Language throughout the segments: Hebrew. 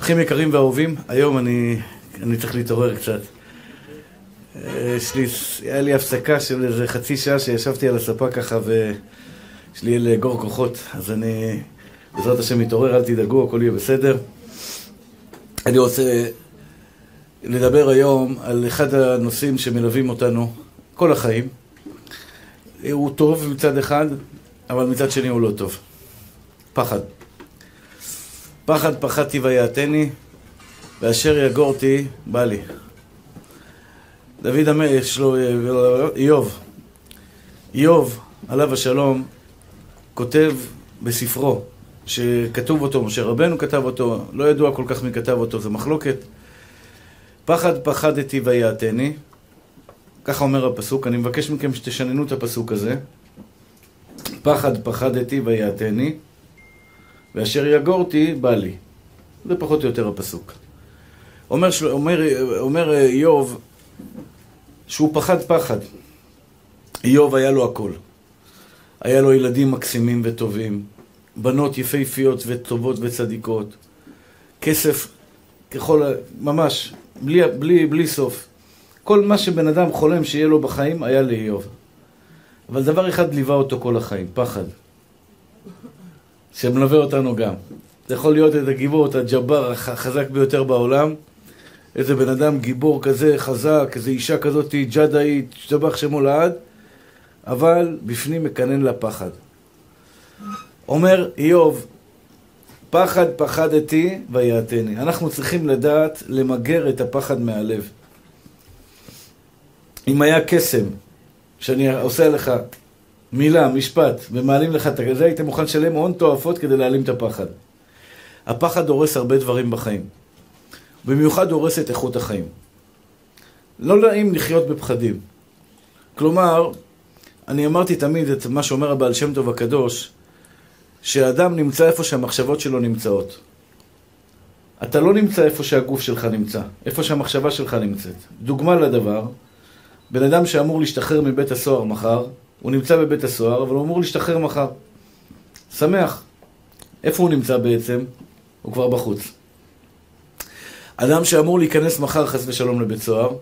אחים יקרים ואהובים, היום אני צריך להתעורר קצת. היה לי הפסקה של איזה חצי שעה שישבתי על הספה ככה ויש לי לאגור כוחות, אז אני בעזרת השם מתעורר, אל תדאגו, הכל יהיה בסדר. אני רוצה לדבר היום על אחד הנושאים שמלווים אותנו כל החיים. הוא טוב מצד אחד, אבל מצד שני הוא לא טוב. פחד. פחד פחדתי ויעתני, ואשר יגורתי בא לי. דוד המלך, יש לו איוב, עליו השלום, כותב בספרו, שכתוב אותו, משה רבנו כתב אותו, לא ידוע כל כך מי כתב אותו, זה מחלוקת. פחד פחדתי ויעתני, ככה אומר הפסוק, אני מבקש מכם שתשננו את הפסוק הזה. פחד פחדתי ויעתני, ואשר יגורתי בא לי. זה פחות או יותר הפסוק. אומר איוב שהוא פחד פחד. איוב היה לו הכל. היה לו ילדים מקסימים וטובים, בנות יפהפיות וטובות וצדיקות, כסף ככל, ממש, בלי סוף. כל מה שבן אדם חולם שיהיה לו בחיים היה לאיוב. אבל דבר אחד ליווה אותו כל החיים, פחד. שמלווה אותנו גם. זה יכול להיות את הגיבור, את הג'בר החזק ביותר בעולם, איזה בן אדם גיבור כזה חזק, איזה אישה כזאת ג'דאית, שתבח שמו לעד, אבל בפנים מקנן לה פחד. אומר איוב, פחד פחדתי ויעתני. אנחנו צריכים לדעת למגר את הפחד מהלב. אם היה קסם שאני עושה לך מילה, משפט, ומעלים לך את זה, היית מוכן לשלם הון תועפות כדי להעלים את הפחד. הפחד הורס הרבה דברים בחיים. במיוחד הורס את איכות החיים. לא נעים לחיות בפחדים. כלומר, אני אמרתי תמיד את מה שאומר הבעל שם טוב הקדוש, שהאדם נמצא איפה שהמחשבות שלו נמצאות. אתה לא נמצא איפה שהגוף שלך נמצא, איפה שהמחשבה שלך נמצאת. דוגמה לדבר, בן אדם שאמור להשתחרר מבית הסוהר מחר, הוא נמצא בבית הסוהר, אבל הוא אמור להשתחרר מחר. שמח. איפה הוא נמצא בעצם? הוא כבר בחוץ. אדם שאמור להיכנס מחר חס ושלום לבית סוהר,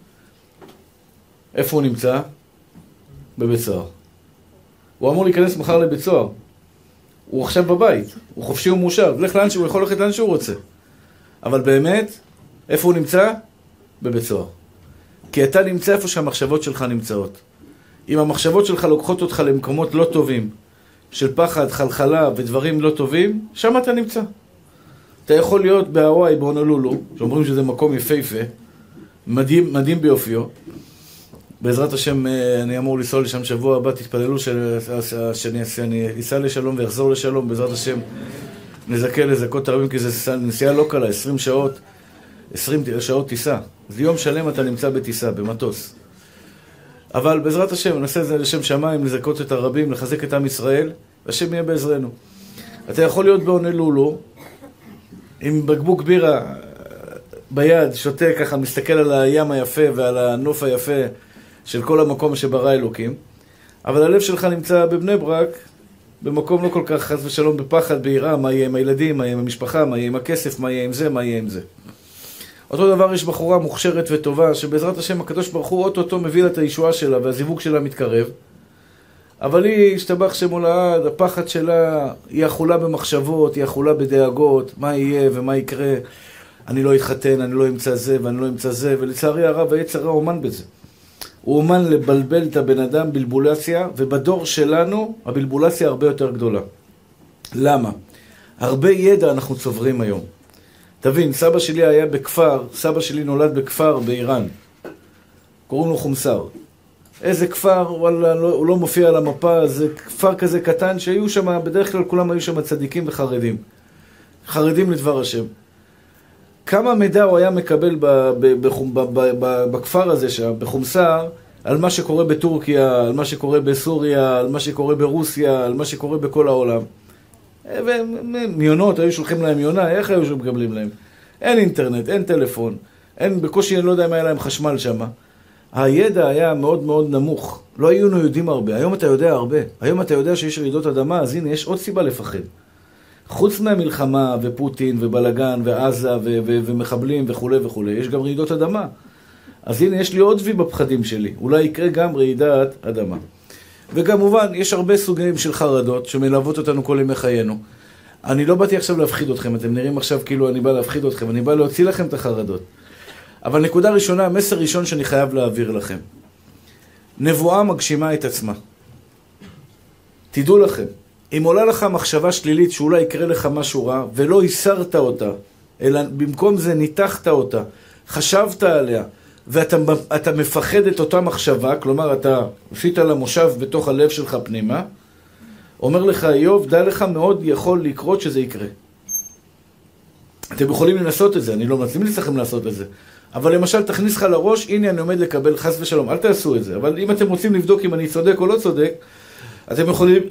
איפה הוא נמצא? בבית סוהר. הוא אמור להיכנס מחר לבית סוהר. הוא עכשיו בבית, הוא חופשי ומאושר, הוא יכול ללכת לאן שהוא רוצה. אבל באמת, איפה הוא נמצא? בבית סוהר. כי אתה נמצא איפה שהמחשבות שלך נמצאות. אם המחשבות שלך לוקחות אותך למקומות לא טובים, של פחד, חלחלה ודברים לא טובים, שם אתה נמצא. אתה יכול להיות בהוואי, בהונולולו, שאומרים שזה מקום יפהפה, מדהים ביופיו. בעזרת השם אני אמור לנסוע לשם שבוע הבא, תתפללו שאני אסע לשלום ויחזור לשלום, בעזרת השם נזכה לזכות הרבים, כי זה נסיעה לא קלה, 20 שעות טיסה. זה יום שלם אתה נמצא בטיסה, במטוס. אבל בעזרת השם, נעשה את זה לשם שמיים, לזכות את הרבים, לחזק את עם ישראל, והשם יהיה בעזרנו. אתה יכול להיות בהונולולו, עם בקבוק בירה ביד, שותה ככה, מסתכל על הים היפה ועל הנוף היפה של כל המקום שברא אלוקים, אבל הלב שלך נמצא בבני ברק, במקום לא כל כך חס ושלום, בפחד, ביראה, מה יהיה עם הילדים, מה יהיה עם המשפחה, מה יהיה עם הכסף, מה יהיה עם זה, מה יהיה עם זה. אותו דבר יש בחורה מוכשרת וטובה, שבעזרת השם הקדוש ברוך הוא אוטוטו מביא לה את הישועה שלה, והזיווג שלה מתקרב, אבל היא השתבח שמו לעד, הפחד שלה, היא אכולה במחשבות, היא אכולה בדאגות, מה יהיה ומה יקרה, אני לא אתחתן, אני לא אמצא זה ואני לא אמצא זה, ולצערי הרב היצר הרע אומן בזה. הוא אומן לבלבל את הבן אדם בלבולציה, ובדור שלנו הבלבולציה הרבה יותר גדולה. למה? הרבה ידע אנחנו צוברים היום. תבין, סבא שלי היה בכפר, סבא שלי נולד בכפר באיראן. קוראים לו חומסר. איזה כפר, וואלה, הוא לא מופיע על המפה, זה כפר כזה קטן שהיו שם, בדרך כלל כולם היו שם צדיקים וחרדים. חרדים לדבר השם. כמה מידע הוא היה מקבל בכפר הזה שם, בחומסר, על מה שקורה בטורקיה, על מה שקורה בסוריה, על מה שקורה ברוסיה, על מה שקורה בכל העולם. ומיונות, היו שולחים להם מיונה, איך היו מקבלים להם? אין אינטרנט, אין טלפון, אין, בקושי אני לא יודע אם היה להם חשמל שם. הידע היה מאוד מאוד נמוך, לא היינו יודעים הרבה, היום אתה יודע הרבה. היום אתה יודע שיש רעידות אדמה, אז הנה, יש עוד סיבה לפחד. חוץ מהמלחמה ופוטין ובלגן ועזה ומחבלים וכו' וכו', יש גם רעידות אדמה. אז הנה, יש לי עוד וי בפחדים שלי. אולי יקרה גם רעידת אדמה. וכמובן, יש הרבה סוגים של חרדות שמלוות אותנו כל ימי חיינו. אני לא באתי עכשיו להפחיד אתכם, אתם נראים עכשיו כאילו אני בא להפחיד אתכם, אני בא להוציא לכם את החרדות. אבל נקודה ראשונה, מסר ראשון שאני חייב להעביר לכם. נבואה מגשימה את עצמה. תדעו לכם, אם עולה לך מחשבה שלילית שאולי יקרה לך משהו רע, ולא הסרת אותה, אלא במקום זה ניתחת אותה, חשבת עליה, ואתה מפחד את אותה מחשבה, כלומר אתה עשית לה מושב בתוך הלב שלך פנימה, אומר לך איוב, דע לך מאוד יכול לקרות שזה יקרה. אתם יכולים לנסות את זה, אני לא ממליץ לכם לעשות את זה. אבל למשל תכניס לך לראש, הנה אני עומד לקבל חס ושלום, אל תעשו את זה. אבל אם אתם רוצים לבדוק אם אני צודק או לא צודק, אתם יכולים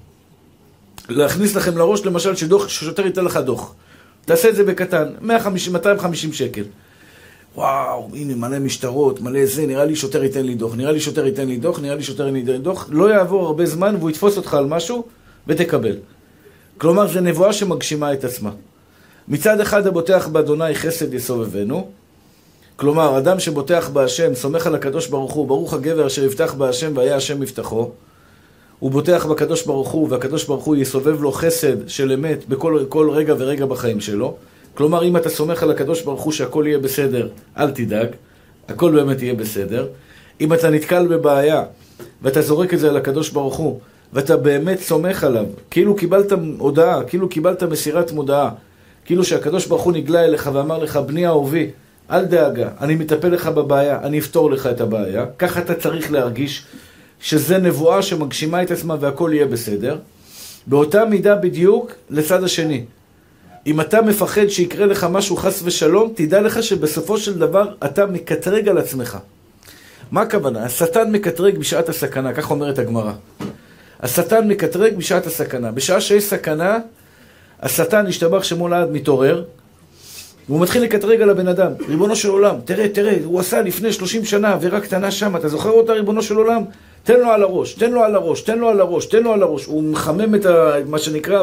להכניס לכם לראש למשל ששוטר ייתן לך דוח. תעשה את זה בקטן, 250 שקל. וואו, הנה מלא משטרות, מלא זה, נראה לי שוטר ייתן לי דוח, נראה לי שוטר ייתן לי דוח, נראה לי שוטר ייתן לי דוח. לא יעבור הרבה זמן והוא יתפוס אותך על משהו ותקבל. כלומר, זה נבואה שמגשימה את עצמה. מצד אחד הבוטח באדוני חסד יסובבנו. כלומר, אדם שבוטח בהשם, סומך על הקדוש ברוך הוא, ברוך הגבר אשר יבטח בהשם והיה השם מבטחו. הוא בוטח בקדוש ברוך הוא, והקדוש ברוך הוא יסובב לו חסד של אמת בכל רגע ורגע בחיים שלו. כלומר, אם אתה סומך על הקדוש ברוך הוא שהכל יהיה בסדר, אל תדאג, הכל באמת יהיה בסדר. אם אתה נתקל בבעיה, ואתה זורק את זה על הקדוש ברוך הוא, ואתה באמת סומך עליו, כאילו קיבלת הודעה, כאילו קיבלת מסירת מודעה, כאילו שהקדוש ברוך הוא נגלה אליך ואמר לך, בני אהובי, אל דאגה, אני מטפל לך בבעיה, אני אפתור לך את הבעיה. ככה אתה צריך להרגיש שזה נבואה שמגשימה את עצמה והכל יהיה בסדר. באותה מידה בדיוק לצד השני. אם אתה מפחד שיקרה לך משהו חס ושלום, תדע לך שבסופו של דבר אתה מקטרג על עצמך. מה הכוונה? השטן מקטרג בשעת הסכנה, כך אומרת הגמרא. השטן מקטרג בשעת הסכנה. בשעה שיש סכנה, השטן ישתבח שמו לעד מתעורר, והוא מתחיל לקטרג על הבן אדם. ריבונו של עולם, תראה, הוא עשה לפני 30 שנה עבירה קטנה שם, אתה זוכר אותה ריבונו של עולם? תן לו על הראש, תן לו על הראש, תן לו על הראש, תן לו על הראש. הוא מחמם את מה שנקרא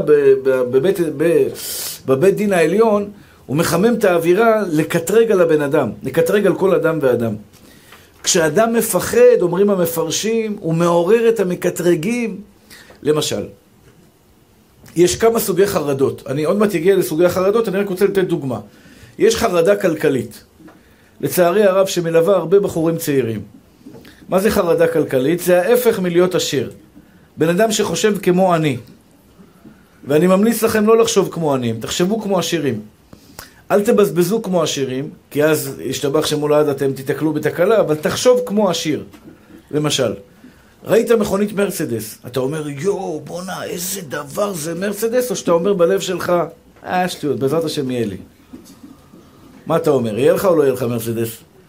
בבית דין העליון, הוא מחמם את האווירה לקטרג על הבן אדם, לקטרג על כל אדם ואדם. כשאדם מפחד, אומרים המפרשים, הוא מעורר את המקטרגים. למשל, יש כמה סוגי חרדות. אני עוד מעט אגיע לסוגי החרדות, אני רק רוצה לתת דוגמה. יש חרדה כלכלית. לצערי הרב שמלווה הרבה בחורים צעירים. מה זה חרדה כלכלית? זה ההפך מלהיות עשיר. בן אדם שחושב כמו אני. ואני ממליץ לכם לא לחשוב כמו עניים, תחשבו כמו עשירים. אל תבזבזו כמו עשירים, כי אז ישתבח שמו לעד אתם תתקלו בתקלה, אבל תחשוב כמו עשיר. למשל, ראית מכונית מרצדס, אתה אומר, יו, בונה, איזה דבר זה מרצדס, או שאתה אומר בלב שלך, שטויות, בעזרת השם יהיה לי. מה אתה אומר, יהיה לך או לא יהיה לך מרצדס?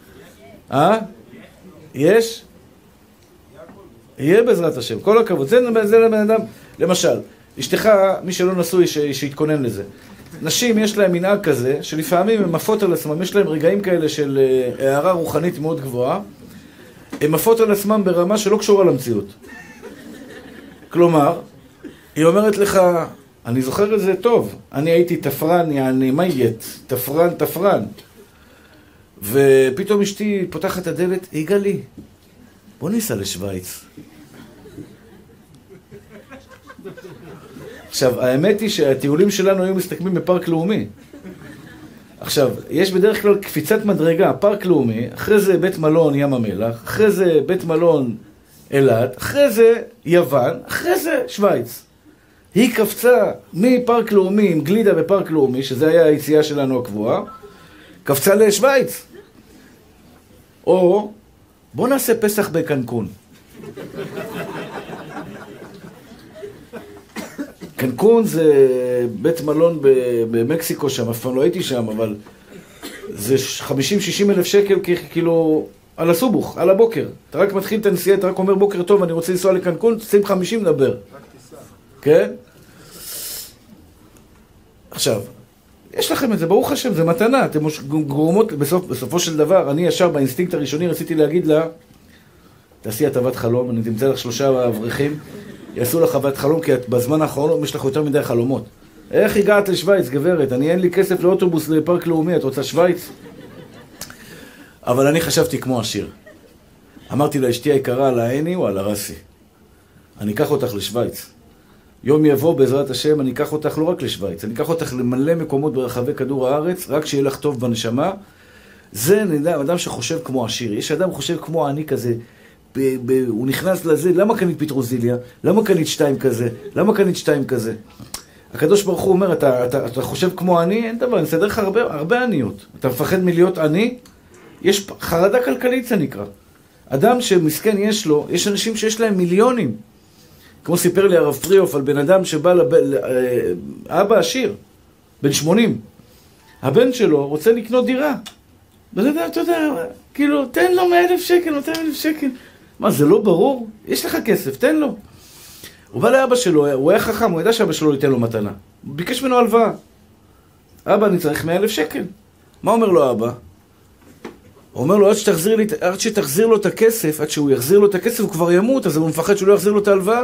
יש? יהיה בעזרת השם, כל הכבוד. זה לבן אדם, למשל, אשתך, מי שלא נשוי, שיתכונן לזה. נשים יש להם מנהג כזה, שלפעמים הם מפות על עצמם, יש להם רגעים כאלה של הערה רוחנית מאוד גבוהה, הם מפות על עצמם ברמה שלא קשורה למציאות. כלומר, היא אומרת לך, אני זוכר את זה טוב, אני הייתי תפרן, יעני מייט, תפרן. ופתאום אשתי פותחת את הדלת, גלי, בוא ניסע לשוויץ. עכשיו, האמת היא שהטיולים שלנו היו מסתכמים בפארק לאומי. עכשיו, יש בדרך כלל קפיצת מדרגה, פארק לאומי, אחרי זה בית מלון ים המלח, אחרי זה בית מלון אילת, אחרי זה יוון, אחרי זה שוויץ. היא קפצה מפארק לאומי עם גלידה בפארק לאומי, שזה היה היציאה שלנו הקבועה, קפצה לשוויץ. או, בוא נעשה פסח בקנקון. קנקון זה בית מלון במקסיקו שם, אף פעם לא הייתי שם, אבל זה 50-60 אלף שקל כאילו על הסובוך, על הבוקר. אתה רק מתחיל את הנסיעה, אתה רק אומר בוקר טוב, אני רוצה לנסוע לקנקון, שים 50 לדבר. רק טיסה. כן? עכשיו, יש לכם את זה, ברוך השם, זה מתנה, אתם גורמות, בסופו של דבר, אני ישר באינסטינקט הראשוני רציתי להגיד לה, תעשי הטבת חלום, אני תמצא לך 3 אברכים, יעשו לך חוות חלום, כי בזמן האחרון יש לך יותר מדי חלומות. איך הגעת לשוויץ, גברת? אין לי כסף לאוטובוס לפארק לאומי, את רוצה שוויץ? אבל אני חשבתי כמו עשיר. אמרתי לאשתי היקרה, על העיני או על הרסי. אני אקח אותך לשוויץ. יום יבוא בעזרת השם, אני אקח אותך לא רק לשוויץ, אני אקח אותך למלא מקומות ברחבי כדור הארץ, רק שיהיה לך טוב בנשמה. זה אדם שחושב כמו עשיר. יש אדם חושב כמו אני כזה, הוא נכנס לזה, למה קנית פטרוזיליה? למה קנית 2 כזה? למה קנית 2 כזה? הקדוש ברוך הוא אומר, אתה חושב כמו אני? אין דבר, אני אסדר לך הרבה עניות. אתה מפחד מלהיות עני? יש חרדה כלכלית, זה נקרא. אדם שמסכן יש אנשים שיש להם מיליונים. כמו סיפר לי הרב פריאוף על בן אדם שבא אבא עשיר, בן 80. הבן שלו רוצה לקנות דירה. בן אדם, אתה יודע, כאילו, תן לו 100,000 שקל, 200,000 שקל. מה, זה לא ברור? יש לך כסף, תן לו. הוא בא לאבא שלו, הוא היה חכם, הוא ידע שאבא שלו ייתן לו מתנה. הוא ביקש ממנו הלוואה. אבא, אני צריך 100,000 שקל. מה אומר לו אבא? הוא אומר לו, עד שתחזיר לו את הכסף, עד שהוא יחזיר לו את הכסף, הוא כבר ימות, אז הוא מפחד שהוא לא יחזיר לו את ההלוואה.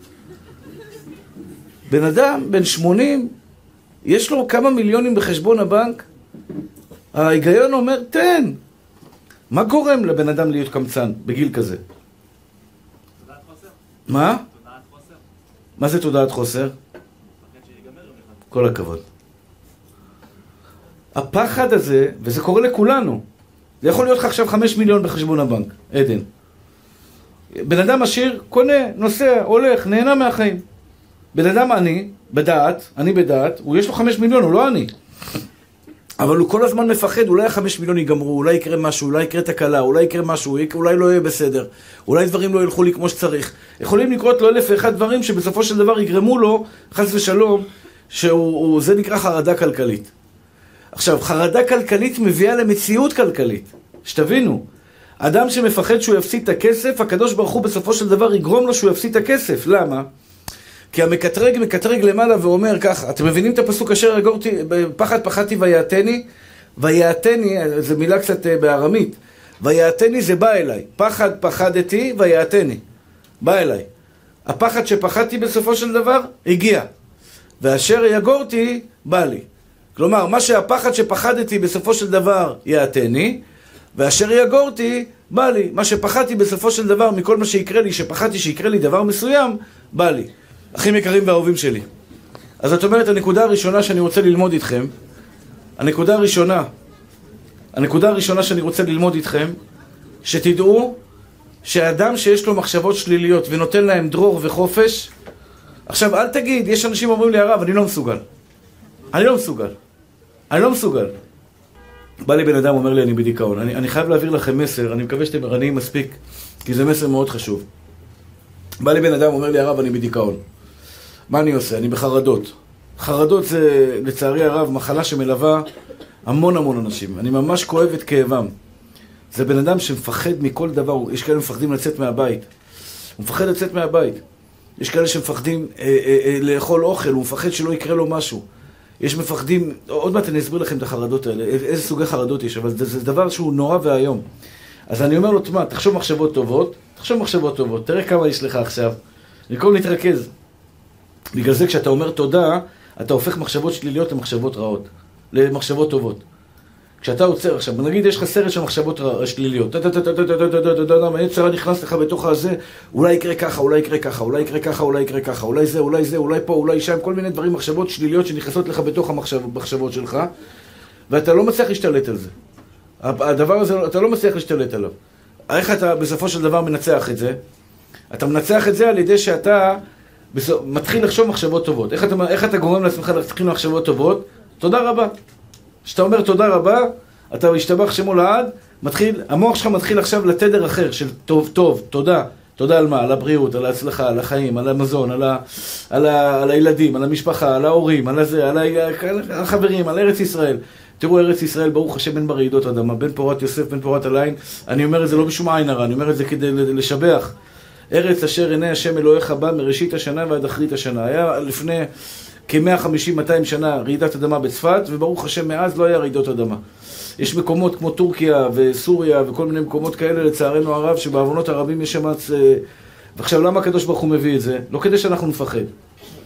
בן אדם, בן 80, יש לו כמה מיליונים בחשבון הבנק, ההיגיון אומר, תן. מה גורם לבן אדם להיות קמצן בגיל כזה? תודעת חוסר. מה? תודעת חוסר. מה זה תודעת חוסר? כל הכבוד. הפחד הזה, וזה קורה לכולנו, זה יכול להיות לך עכשיו 5 מיליון בחשבון הבנק, עדן. בן אדם עשיר, קונה, נוסע, הולך, נהנה מהחיים. בן אדם עני, בדעת, הוא יש לו 5 מיליון, הוא לא עני. אבל הוא כל הזמן מפחד, אולי 5 מיליון ייגמרו, אולי יקרה משהו, אולי יקרה תקלה, אולי יקרה משהו, אולי לא יהיה בסדר, אולי דברים לא ילכו לי כמו שצריך. יכולים לקרות לו 1,001 דברים שבסופו של דבר יגרמו לו, חס ושלום, זה נקרא חרדה כלכלית. עכשיו, חרדה כלכלית מביאה למציאות כלכלית. שתבינו, אדם שמפחד שהוא יפסיד את הכסף, הקדוש ברוך הוא בסופו של דבר יגרום לו שהוא יפסיד את הכסף. למה? כי מקטרג למעלה ואומר ככה, אתם מבינים את הפסוק אשר יגורתי, פחד פחדתי ויעתני? ויעתני, זו מילה קצת בארמית. ויעתני זה בא אליי. פחד פחדתי ויעתני. בא אליי. הפחד שפחדתי בסופו של דבר, הגיע. ואשר יגורתי, בא לי. כלומר, מה שהפחד שפחדתי בסופו של דבר יעתני, ואשר יגורתי, בא לי. מה שפחדתי בסופו של דבר מכל מה שיקרה לי, שפחדתי שיקרה לי דבר מסוים, בא לי. אחים יקרים ואהובים שלי. אז זאת אומרת, הנקודה הראשונה שאני רוצה ללמוד איתכם, הנקודה הראשונה שאני רוצה ללמוד איתכם, שתדעו שהאדם שיש לו מחשבות שליליות ונותן להם דרור וחופש, עכשיו אל תגיד, יש אנשים אומרים לי, הרב, אני לא מסוגל. בא לי בן אדם, אומר לי, אני בדיכאון. אני חייב להעביר לכם מסר, אני מקווה שאתם ערניים מספיק, כי זה מסר מאוד חשוב. בא לי בן אדם, אומר לי, הרב, אני בדיכאון. מה אני עושה? אני בחרדות. חרדות זה, לצערי הרב, מחלה שמלווה המון אנשים. אני ממש כואב את כאבם. זה בן אדם שמפחד מכל דבר. יש כאלה מפחדים לצאת מהבית. הוא מפחד לצאת מהבית. יש כאלה שמפחדים לאכול אוכל, הוא מפחד שלא יקרה לו משהו. יש מפחדים, עוד מעט אני אסביר לכם את החרדות האלה, איזה סוגי חרדות יש, אבל זה דבר שהוא נורא והיום. אז אני אומר לו, תשמע, תחשוב מחשבות טובות, תראה כמה יש לך עכשיו. במקום להתרכז. בגלל זה כשאתה אומר תודה, אתה הופך מחשבות שליליות למחשבות רעות, למחשבות טובות. כשאתה עוצר עכשיו, נגיד יש לך סרט של מחשבות שליליות, היצר נכנס לך בתוך הזה, אולי יקרה ככה, אולי זה, אולי פה, אולי שם, כל מיני דברים, מחשבות שליליות שנכנסות לך בתוך המחשבות שלך, ואתה לא מצליח להשתלט על זה. הדבר הזה, אתה לא מצליח להשתלט עליו. איך אתה בסופו של דבר מנצח את זה? אתה מנצח את זה על ידי שאתה מתחיל לחשוב מחשבות טובות. איך אתה גורם לעצמך להתחיל מחשבות טובות? תודה רבה. כשאתה אומר תודה רבה, אתה משתבח שמו לעד, המוח שלך מתחיל עכשיו לתדר אחר של טוב, תודה. תודה על מה? על הבריאות, על ההצלחה, על החיים, על המזון, על הילדים, על המשפחה, על ההורים, על החברים, על ארץ ישראל. תראו, ארץ ישראל, ברוך השם, בין ברעידות אדמה, בין פורת יוסף, בין פורת הליין. אני אומר את זה לא בשום עין הרע, אני אומר את זה כדי לשבח. ארץ אשר עיני השם אלוהיך בא מראשית השנה ועד אחרית השנה. היה לפני כ-150-200 שנה רעידת אדמה בצפת, וברוך השם מאז לא היה רעידות אדמה. יש מקומות כמו טורקיה וסוריה וכל מיני מקומות כאלה, לצערנו הרב, שבעוונות הרבים יש שם... ועכשיו, למה הקדוש ברוך הוא מביא את זה? לא כדי שאנחנו נפחד.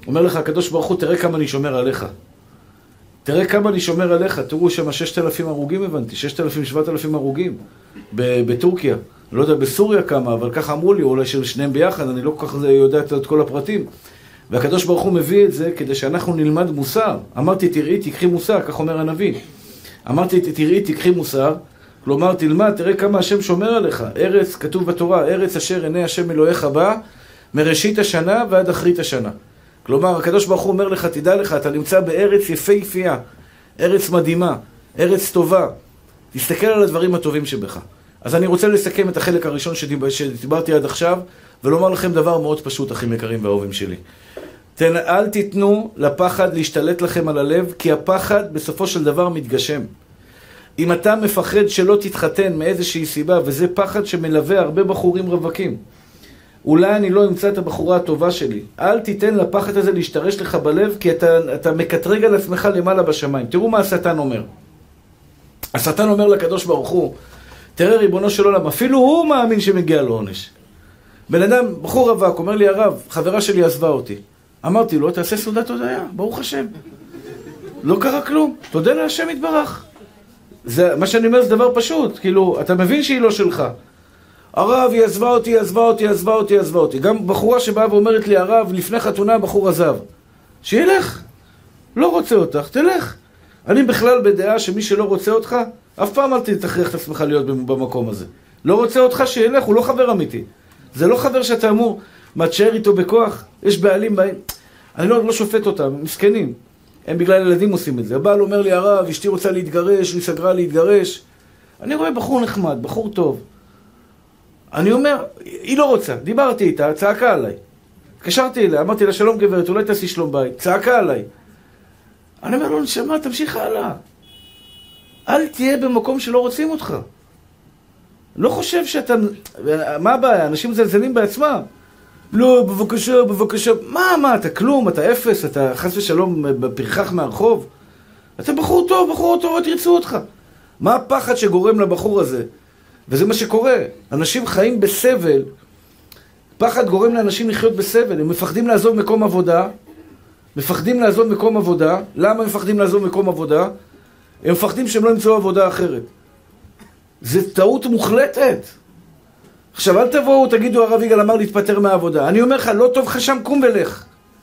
אומר לך, הקדוש ברוך הוא, תראה כמה אני שומר עליך. תראה כמה אני שומר עליך. תראו שם 6,000 הרוגים הבנתי, 6,000, 7,000 הרוגים בטורקיה. לא יודע בסוריה כמה, אבל ככה אמרו לי, אולי של שניהם ביחד, אני לא כל כך יודע את כל הפרטים. והקדוש ברוך הוא מביא את זה כדי שאנחנו נלמד מוסר. אמרתי, תראי, תקחי מוסר, כך אומר הנביא. אמרתי, תראי, תקחי מוסר. כלומר, תלמד, תראה כמה השם שומר עליך. ארץ, כתוב בתורה, ארץ אשר עיני השם אלוהיך בא, מראשית השנה ועד אחרית השנה. כלומר, הקדוש ברוך הוא אומר לך, תדע לך, אתה נמצא בארץ יפהפייה, ארץ מדהימה, ארץ טובה. תסתכל על הדברים הטובים שבך. אז אני רוצה לסכם את החלק הראשון שדיברתי עד עכשיו, ולומר לכם דבר מאוד פשוט, אחים יקרים ואהובים שלי. אל תיתנו לפחד להשתלט לכם על הלב, כי הפחד בסופו של דבר מתגשם. אם אתה מפחד שלא תתחתן מאיזושהי סיבה, וזה פחד שמלווה הרבה בחורים רווקים, אולי אני לא אמצא את הבחורה הטובה שלי. אל תיתן לפחד הזה להשתרש לך בלב, כי אתה מקטרג על עצמך למעלה בשמיים. תראו מה השטן אומר. השטן אומר לקדוש ברוך הוא, תראה ריבונו של עולם, אפילו הוא מאמין שמגיע לו עונש. בן אדם, בחור רווק, אומר לי הרב, חברה שלי עזבה אותי. אמרתי לו, תעשה סעודת הודיה, ברוך השם. לא קרה כלום, תודה להשם יתברך. מה שאני אומר זה דבר פשוט, כאילו, אתה מבין שהיא לא שלך. הרב, היא עזבה אותי, עזבה אותי, עזבה אותי, עזבה אותי. גם בחורה שבאה ואומרת לי, הרב, לפני חתונה הבחור עזב. שילך. לא רוצה אותך, תלך. אני בכלל בדעה שמי שלא רוצה אותך, אף פעם אל תכריח את עצמך להיות במקום הזה. לא רוצה אותך, שילך, הוא לא חבר אמיתי. זה לא חבר שאתה אמור, מה תשאר איתו בכוח? יש בעלים בהם. אני לא שופט אותם, מסכנים. הם בגלל ילדים עושים את זה. הבעל אומר לי, הרב, אשתי רוצה להתגרש, היא סגרה להתגרש. אני רואה בחור נחמד, בחור טוב. אני אומר, היא לא רוצה. דיברתי איתה, צעקה עליי. התקשרתי אליה, אמרתי לה, שלום גברת, אולי תעשי שלום בית. צעקה עליי. אני אומר לו, נשמה, תמשיך הלאה. אל תהיה במקום שלא רוצים אותך. לא חושב שאתה... מה הבעיה? אנשים זלזלים בעצמם. לא, בבקשה, בבקשה. מה, אתה כלום, אתה אפס, אתה חס ושלום בפרחח מהרחוב. אתה בחור טוב, תרצו אותך. מה הפחד שגורם לבחור הזה? וזה מה שקורה. אנשים חיים בסבל. פחד גורם לאנשים לחיות בסבל. הם מפחדים לעזוב מקום עבודה. למה הם מפחדים לעזוב מקום עבודה? הם מפחדים שהם לא ימצאו עבודה אחרת. זה טעות מוחלטת. עכשיו אל תבואו, תגידו הרב יגאל אמר להתפטר מהעבודה. אני אומר לך, לא טוב לך שם, קום ולך.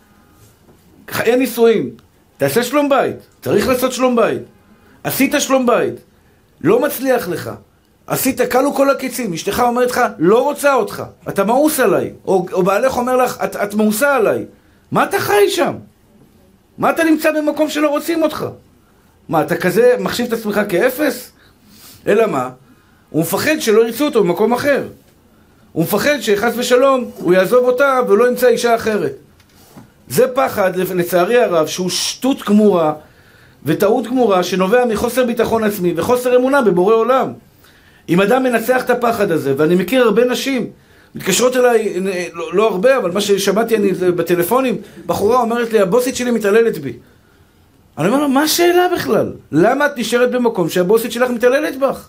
חיי נישואים. תעשה שלום בית. צריך לעשות שלום בית. עשית שלום בית. לא מצליח לך. עשית קלו כל הקיצים. אשתך אומרת לך, לא רוצה אותך. אתה מאוס עליי. או בעלך אומר לך, את מאוסה עליי. מה אתה חי שם? מה אתה נמצא במקום שלא רוצים אותך? מה, אתה כזה מחשיב את עצמך כאפס? אלא מה? הוא מפחד שלא ירצו אותו במקום אחר. הוא מפחד שחס ושלום הוא יעזוב אותה ולא ימצא אישה אחרת. זה פחד, לצערי הרב, שהוא שטות גמורה וטעות גמורה שנובע מחוסר ביטחון עצמי וחוסר אמונה בבורא עולם. אם אדם מנצח את הפחד הזה, ואני מכיר הרבה נשים, מתקשרות אליי, לא הרבה, אבל מה ששמעתי אני בטלפונים, בחורה אומרת לי, הבוסית שלי מתעללת בי. אני אומר לו, מה השאלה בכלל? למה את נשארת במקום שהבוסית שלך מתעללת בך?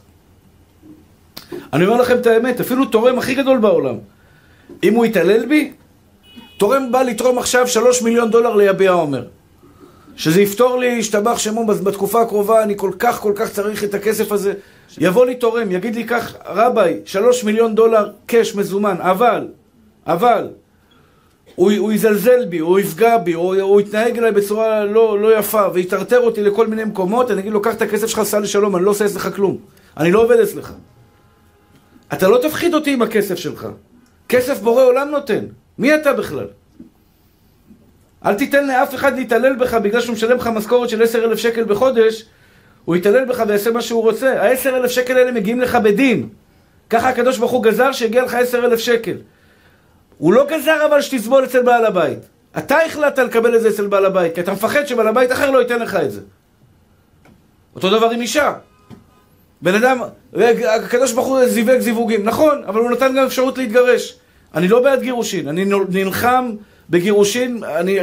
אני אומר לכם את האמת, אפילו תורם הכי גדול בעולם. אם הוא יתעלל בי, תורם בא לתרום עכשיו $3 מיליון ליביע עומר. שזה יפתור לי, ישתבח שמו בתקופה הקרובה, אני כל כך צריך את הכסף הזה. יבוא לי תורם, יגיד לי כך, רביי, $3 מיליון קש מזומן, אבל, הוא יזלזל בי, הוא יפגע בי, הוא יתנהג אליי בצורה לא יפה, ויתרטר אותי לכל מיני מקומות, אני אגיד לו, קח את הכסף שלך, סע לשלום, אני לא עושה אצלך כלום. אני לא עובד אצלך. אתה לא תפחיד אותי עם הכסף שלך. כסף בורא עולם נותן. מי אתה בכלל? אל תיתן לאף אחד להתעלל בך בגלל שהוא משלם לך משכורת של 10,000 שקל בחודש, הוא יתעלל בך ויעשה מה שהוא רוצה. ה-10,000 שקל האלה מגיעים לך בדין. ככה הקדוש ברוך הוא גזר שהגיע לך 10,000 שקל. הוא לא גזר אבל שתסבול אצל בעל הבית. אתה החלטת לקבל את זה אצל בעל הבית, כי אתה מפחד שבעל הבית אחר לא ייתן לך את זה. אותו דבר עם אישה. בן אדם, הקדוש ברוך הוא זיווג זיווגים, נכון, אבל הוא נתן גם אפשרות להתגרש. אני לא בעד גירושין, אני נלחם בגירושין,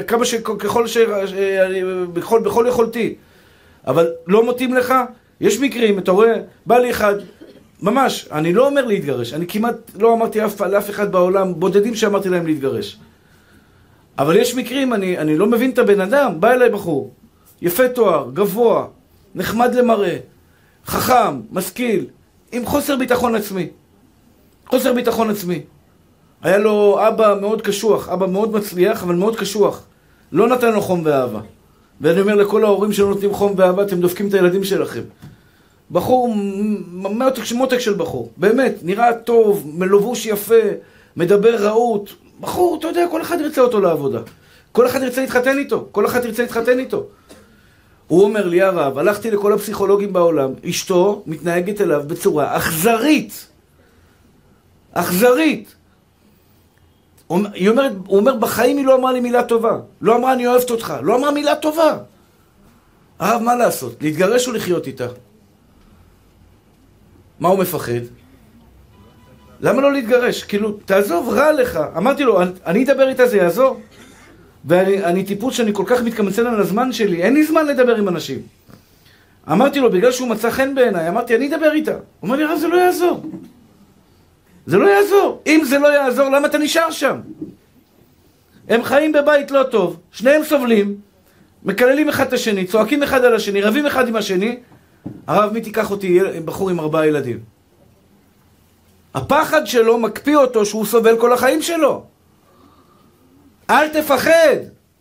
בכל יכולתי. אבל לא מותאים לך, יש מקרים, אתה רואה, בא לי אחד, ממש, אני לא אומר להתגרש, אני כמעט לא אמרתי לאף אחד בעולם, בודדים שאמרתי להם להתגרש. אבל יש מקרים, אני לא מבין את הבן אדם, בא אליי בחור, יפה תואר, גבוה, נחמד למראה, חכם, משכיל, עם חוסר ביטחון עצמי. חוסר ביטחון עצמי. היה לו אבא מאוד קשוח, אבא מאוד מצליח, אבל מאוד קשוח. לא נתן לו חום ואהבה. ואני אומר לכל ההורים שלא נותנים חום ואהבה, אתם דופקים את הילדים שלכם. בחור, מותק של בחור. באמת, נראה טוב, מלובוש יפה, מדבר רעות. בחור, אתה יודע, כל אחד ירצה אותו לעבודה. כל אחד ירצה להתחתן איתו. כל אחד ירצה להתחתן איתו. הוא אומר לי, הרב, הלכתי לכל הפסיכולוגים בעולם, אשתו מתנהגת אליו בצורה אכזרית. אכזרית. הוא אומר, בחיים היא לא אמרה לי מילה טובה. לא אמרה, אני אוהבת אותך. לא אמרה מילה טובה. הרב, מה לעשות? להתגרש או לחיות איתה? מה הוא מפחד? למה לא להתגרש? כאילו, תעזוב, רע לך. אמרתי לו, אני אדבר איתה, זה יעזור. ואני טיפוס שאני כל כך מתקמצן על הזמן שלי, אין לי זמן לדבר עם אנשים. אמרתי לו, בגלל שהוא מצא חן בעיניי, אמרתי, אני אדבר איתה. הוא אומר לי, הרב, זה לא יעזור. זה לא יעזור. אם זה לא יעזור, למה אתה נשאר שם? הם חיים בבית לא טוב, שניהם סובלים, מקללים אחד את השני, צועקים אחד על השני, רבים אחד עם השני. הרב, מי תיקח אותי בחור עם 4 ילדים? הפחד שלו מקפיא אותו שהוא סובל כל החיים שלו. אל תפחד.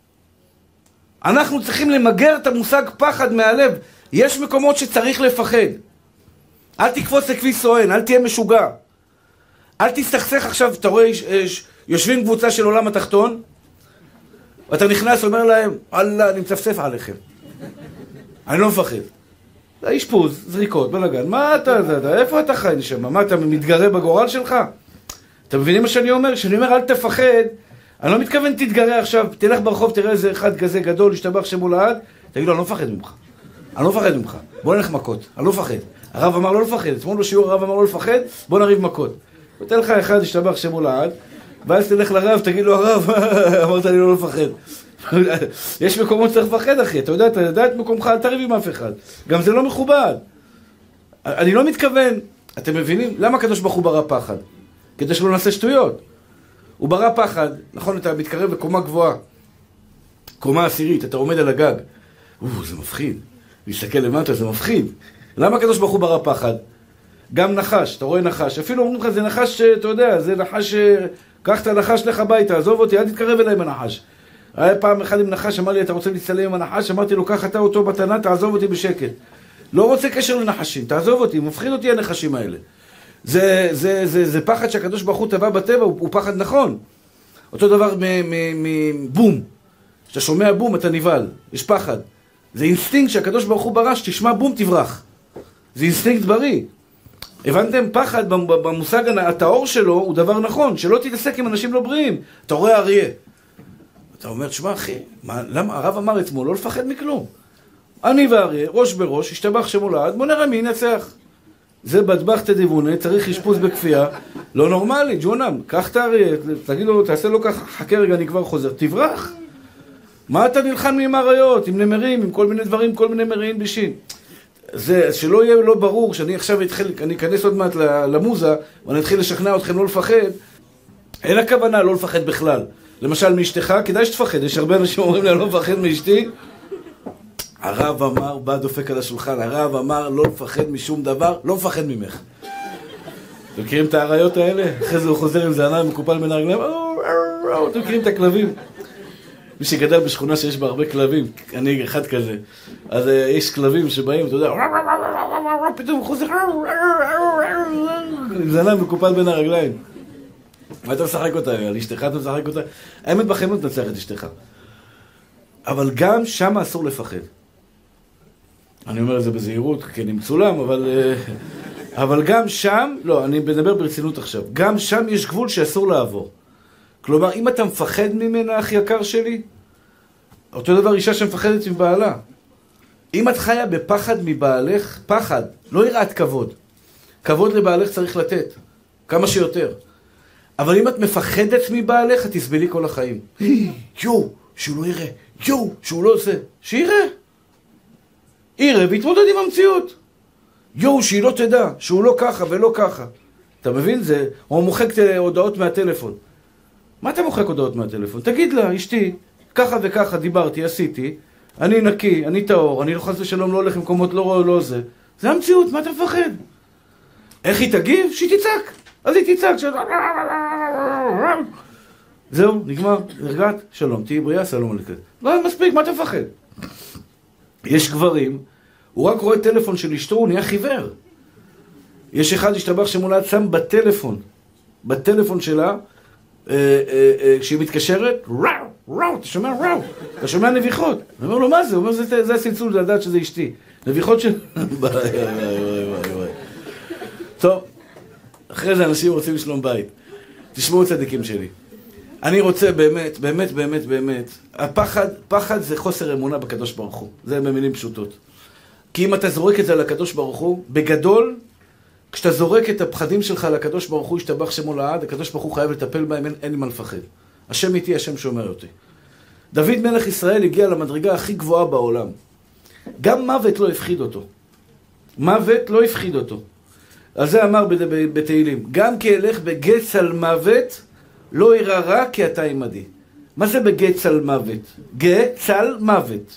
אנחנו צריכים למגר את המושג פחד מהלב. יש מקומות שצריך לפחד. אל תקפוץ לכביש סואן, אל תהיה משוגע. אל תסתכסך עכשיו, אתה רואה, יושבים קבוצה של עולם התחתון, ואתה נכנס, אומר להם, אללה, אני מצפצף עליכם. אני לא מפחד. זה אשפוז, זריקות, בלגן. מה אתה, איפה אתה חי נשמה? מה, אתה מתגרה בגורל שלך? אתם מבינים מה שאני אומר? כשאני אומר, אל תפחד, אני לא מתכוון תתגרה עכשיו, תלך ברחוב, תראה איזה אחד כזה גדול, ישתבח שמו לעד, תגיד לו, אני לא מפחד ממך. אני לא מפחד ממך. בוא נלך מכות, אני לא מפחד. הרב אמר לא לפחד, אתמול בשיעור הרב אמר לא לפחד, בוא נריב מכות. ותן לך אחד, ישתבח שמו לעד, ואז תלך לרב, תגיד לו, הרב, אמרת לי לא לפחד. יש מקומות שצריך לפחד, אחי. אתה יודע את מקומך, אל תריב עם אף אחד. גם זה לא מכובד. אני לא מתכוון, אתם מבינים? למה הקדוש ברוך הוא ברא פחד? כדי שלא נעשה שטויות. הוא ברא פחד, נכון, אתה מתקרב לקומה גבוהה, קומה עשירית, אתה עומד על הגג. זה מפחיד. להסתכל למטה, זה מפחיד. למה הקדוש ברוך הוא ברא פחד? גם נחש, אתה רואה נחש. אפילו אומרים לך, זה נחש, אתה יודע, זה נחש, קח את הנחש לך הביתה, עזוב אותי, אל תתקרב אליי עם הנחש. היה פעם אחד עם נחש, אמר לי, אתה רוצה להצטלם עם הנחש? אמרתי לו, קח אתה אותו בתנה, תעזוב אותי בשקט. לא רוצה קשר לנחשים, תעזוב אותי, מפחיד אותי הנחשים האלה. זה פחד שהקדוש ברוך הוא טבע בטבע, הוא פחד נכון. אותו דבר מבום. כשאתה שומע בום, אתה נבהל, יש פחד. זה אינסטינקט שהקדוש ברוך הוא ברא, שתשמע בום, תברח. זה אינסטינקט בריא. הבנתם? פחד במושג הטהור שלו הוא דבר נכון, שלא תתעסק עם אנשים לא בריאים. אתה רואה אריה. אתה אומר, תשמע אחי, למה הרב אמר אתמול לא לפחד מכלום? אני ואריה, ראש בראש, השתבח שמו לעד, בוא נראה מי ינצח. זה בטבח תדיבונה, צריך אשפוז בכפייה. לא נורמלי, ג'ונם, קח את האריה, תגיד לו, תעשה לו ככה, חכה רגע, אני כבר חוזר, תברח. מה אתה נלחם עם אריות, עם נמרים, עם כל מיני דברים, כל מיני מרעים בישין? זה שלא יהיה לא ברור, שאני עכשיו אני אכנס עוד מעט למוזה, ואני אתחיל לשכנע אתכם לא לפחד. אין הכוונה לא לפחד בכלל. למשל מאשתך, כדאי שתפחד, יש הרבה אנשים אומרים לי, אני לא מפחד מאשתי. הרב אמר, בא דופק על השולחן, הרב אמר, לא לפחד משום דבר, לא מפחד ממך. אתם מכירים את האריות האלה? אחרי זה הוא חוזר עם זעניים מקופל מן הרגליים, אתם מכירים את הכלבים? מי שגדל בשכונה שיש בה הרבה כלבים, אני אחד כזה, אז יש כלבים שבאים, אתה יודע, פתאום הוא חוזר, עם זעניים מקופל בין הרגליים. מה אתה משחק אותה? על אשתך אתה משחק אותה? האמת בחיים לא תנצח את אשתך. אבל גם שם אסור לפחד. אני אומר את זה בזהירות, כי אני מצולם, אבל גם שם, לא, אני מדבר ברצינות עכשיו, גם שם יש גבול שאסור לעבור. כלומר, אם אתה מפחד ממנה, אח יקר שלי, אותו דבר אישה שמפחדת מבעלה. אם את חיה בפחד מבעלך, פחד, לא יראת כבוד. כבוד לבעלך צריך לתת, כמה שיותר. אבל אם את מפחדת מבעלך, את תסבלי כל החיים. שהוא לא יראה, שהוא לא עושה, שיראה. יראה ויתמודד עם המציאות. שהיא לא תדע, שהוא לא ככה ולא ככה. אתה מבין? זה, הוא מוחק הודעות מהטלפון. מה אתה מוחק הודעות מהטלפון? תגיד לה, אשתי, ככה וככה דיברתי, עשיתי, אני נקי, אני טהור, אני לא חס ושלום לא הולך למקומות לא זה. זה המציאות, מה אתה מפחד? איך היא תגיב? שהיא תצעק. אז היא תצעק. זהו, נגמר, נרגעת, שלום, תהי בריאה, סלום עליכם. לא, מספיק, מה אתה מפחד? יש גברים, הוא רק רואה טלפון של אשתו, הוא נהיה חיוור. יש אחד השתבח שמולד שם בטלפון שלה, כשהיא מתקשרת, ראו, אתה שומע ראו, אתה שומע נביחות. אני אומר לו, מה זה? הוא אומר, זה הסלצול, זה לדעת שזה אשתי. נביחות של... טוב, אחרי זה אנשים רוצים לשלום בית. תשמעו צדיקים שלי. אני רוצה באמת, הפחד זה חוסר אמונה בקדוש ברוך הוא. זה במילים פשוטות. כי אם אתה זורק את זה לקדוש ברוך הוא, בגדול, כשאתה זורק את הפחדים שלך לקדוש ברוך הוא, ישתבח שמו לעד, הקדוש ברוך הוא חייב לטפל בהם, אין לי מה לפחד. השם איתי, השם שומר אותי. דוד מלך ישראל הגיע למדרגה הכי גבוהה בעולם. גם מוות לא הפחיד אותו. מוות לא הפחיד אותו. על זה אמר בתהילים, גם כי אלך בגץ על מוות, לא ירא רע כי אתה עמדי. מה זה בגץ על מוות? גץ על מוות.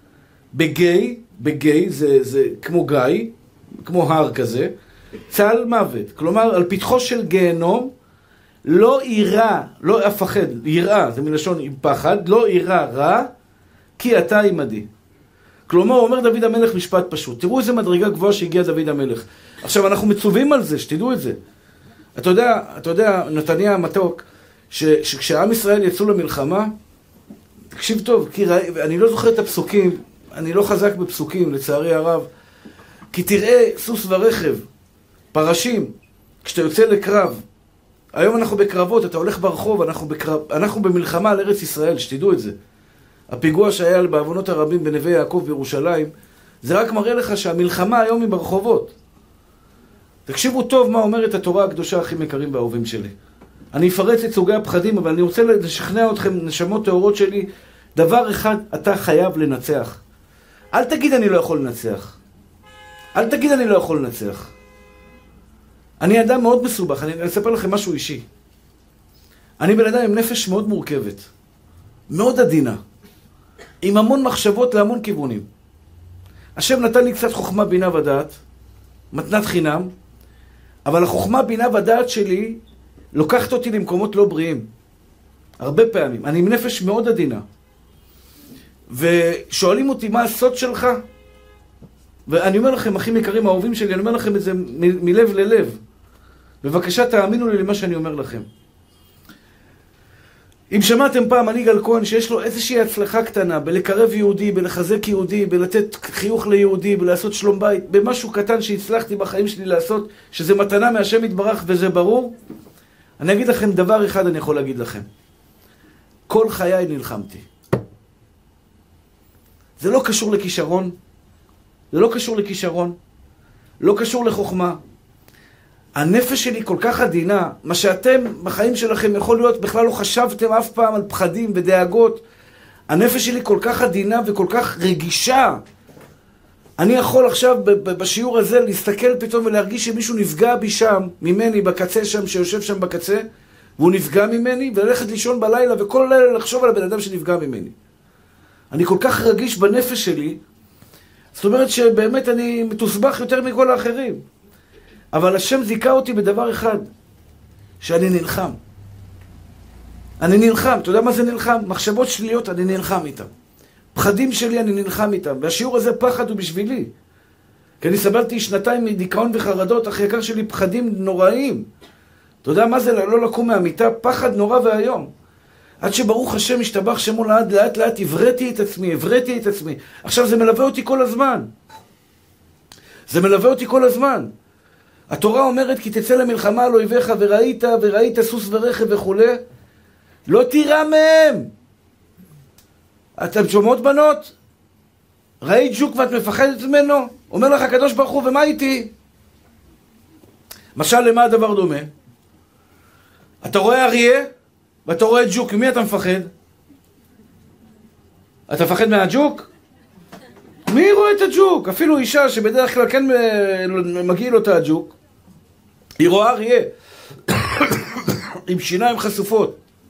בגי זה כמו גיא, כמו הר כזה, צל מוות. כלומר, על פתחו של גיהנום, לא ירא, לא אפחד, יראה, זה מלשון עם פחד, לא ירא רע כי אתה עמדי. כלומר, אומר דוד המלך משפט פשוט. תראו איזה מדרגה גבוהה שהגיע דוד המלך. עכשיו, אנחנו מצווים על זה, שתדעו את זה. אתה יודע, נתניה המתוק, שכשעם ישראל יצאו למלחמה, תקשיב טוב, כי אני לא זוכר את הפסוקים, אני לא חזק בפסוקים, לצערי הרב, כי תראה סוס ורכב, פרשים, כשאתה יוצא לקרב, היום אנחנו בקרבות, אתה הולך ברחוב, אנחנו במלחמה על ארץ ישראל, שתדעו את זה. הפיגוע שהיה בעוונות הרבים בנווה יעקב בירושלים, זה רק מראה לך שהמלחמה היום היא ברחובות. תקשיבו טוב מה אומרת התורה הקדושה הכי יקרים והאהובים שלי. אני אפרץ את סוגי הפחדים, אבל אני רוצה לשכנע אתכם, נשמות טהורות שלי, דבר אחד אתה חייב לנצח. אל תגיד אני לא יכול לנצח. אל תגיד אני לא יכול לנצח. אני אדם מאוד מסובך, אני אספר לכם משהו אישי. אני בן אדם עם נפש מאוד מורכבת, מאוד עדינה, עם המון מחשבות להמון כיוונים. השם נתן לי קצת חוכמה, בינה ודעת, מתנת חינם, אבל החוכמה, בינה ודעת שלי לוקחת אותי למקומות לא בריאים. הרבה פעמים. אני עם נפש מאוד עדינה. ושואלים אותי מה הסוד שלך? ואני אומר לכם, אחים יקרים, האהובים שלי, אני אומר לכם את זה מלב ללב. בבקשה תאמינו לי למה שאני אומר לכם. אם שמעתם פעם מנהיג על כהן שיש לו איזושהי הצלחה קטנה בלקרב יהודי, בלחזק יהודי, בלתת חיוך ליהודי, בלעשות שלום בית, במשהו קטן שהצלחתי בחיים שלי לעשות, שזה מתנה מהשם יתברך וזה ברור, אני אגיד לכם דבר אחד אני יכול להגיד לכם. כל חיי נלחמתי. זה לא קשור לכישרון, זה לא קשור לכישרון, לא קשור לחוכמה. הנפש שלי כל כך עדינה, מה שאתם בחיים שלכם יכול להיות, בכלל לא חשבתם אף פעם על פחדים ודאגות. הנפש שלי כל כך עדינה וכל כך רגישה. אני יכול עכשיו בשיעור הזה להסתכל פתאום ולהרגיש שמישהו נפגע בי שם, ממני בקצה שם, שיושב שם בקצה, והוא נפגע ממני, וללכת לישון בלילה וכל לילה לחשוב על הבן אדם שנפגע ממני. אני כל כך רגיש בנפש שלי, זאת אומרת שבאמת אני מתוסבך יותר מכל האחרים. אבל השם זיכה אותי בדבר אחד, שאני נלחם. אני נלחם, אתה יודע מה זה נלחם? מחשבות שליליות, אני נלחם איתם. פחדים שלי, אני נלחם איתם. והשיעור הזה פחד הוא בשבילי. כי אני סבלתי שנתיים מדיכאון וחרדות, אחרי יקר שלי פחדים נוראים. אתה יודע מה זה לא לקום מהמיטה? פחד נורא והיום. עד שברוך השם השתבח שמו לעד, לאט לאט הבראתי את עצמי. עכשיו זה מלווה אותי כל הזמן. זה מלווה אותי כל הזמן. התורה אומרת כי תצא למלחמה על אויביך וראית סוס ורכב וכו'. לא תירא מהם. אתם שומעות בנות? ראית ג'וק ואת מפחדת ממנו? אומר לך הקדוש ברוך הוא, ומה איתי? משל למה הדבר דומה? אתה רואה אריה ואתה רואה ג'וק, ממי אתה מפחד? אתה מפחד מהג'וק? מי רואה את הג'וק? אפילו אישה שבדרך כלל כן מגיע לו את הג'וק, היא רואה אריה עם שיניים חשופות.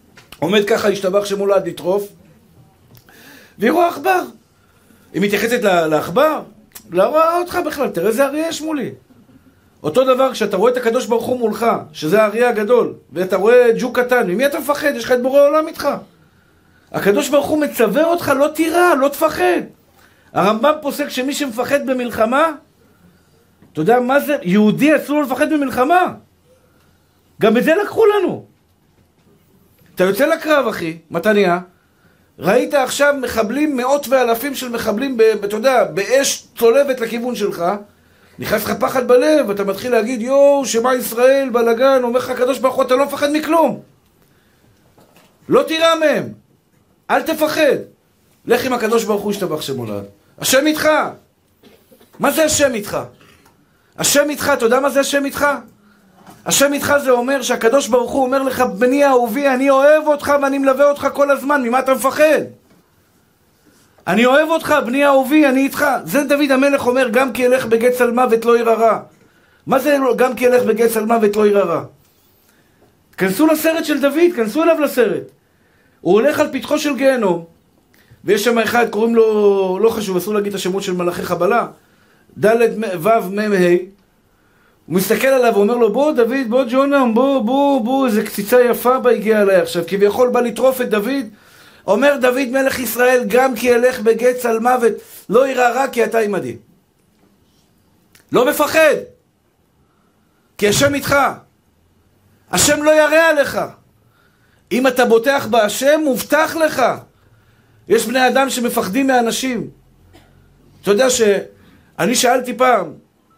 עומד ככה, השתבח שמולד לטרוף, והיא רואה עכבר. היא מתייחסת לעכבר, לא רואה אותך בכלל, תראה איזה אריה יש מולי. אותו דבר, כשאתה רואה את הקדוש ברוך הוא מולך, שזה האריה הגדול, ואתה רואה ג'וק קטן, ממי אתה מפחד? יש לך את בורא עולם איתך. הקדוש ברוך הוא מצווה אותך, לא תירא, לא תפחד. הרמב"ם פוסק שמי שמפחד במלחמה, אתה יודע מה זה? יהודי אסור לו לפחד במלחמה. גם את זה לקחו לנו. אתה יוצא לקרב, אחי, מתניה, ראית עכשיו מחבלים, מאות ואלפים של מחבלים, אתה יודע, באש צולבת לכיוון שלך, נכנס לך פחד בלב, אתה מתחיל להגיד, יואו, שמה ישראל, בלגן, אומר לך הקדוש ברוך הוא, אתה לא מפחד מכלום. לא תירא מהם. אל תפחד. לך עם הקדוש ברוך הוא השתבח שמולד. השם איתך. מה זה השם איתך? השם איתך, אתה יודע מה זה השם איתך? השם איתך זה אומר שהקדוש ברוך הוא אומר לך, בני אהובי, אני אוהב אותך ואני מלווה אותך כל הזמן, ממה אתה מפחד? אני אוהב אותך, בני אהובי, אני איתך. זה דוד המלך אומר, גם כי ילך בגץ על מוות לא ירא רע. מה זה גם כי ילך בגץ על מוות לא ירא רע? כנסו לסרט של דוד, כנסו אליו לסרט. הוא הולך על פתחו של גיהנום, ויש שם אחד, קוראים לו, לא חשוב, אסור להגיד את השמות של מלאכי חבלה, ד' ו' מ' ה', הוא מסתכל עליו ואומר לו, בוא דוד, בוא ג'ונם, בוא, איזה קציצה יפה בה הגיעה עליי עכשיו, כביכול בא לטרוף את דוד, אומר דוד מלך ישראל, גם כי ילך בגץ על מוות, לא ירא רע כי אתה עמדי. לא מפחד, כי השם איתך, השם לא ירא עליך. אם אתה בוטח בהשם, מובטח לך. יש בני אדם שמפחדים מאנשים. אתה יודע שאני שאלתי פעם,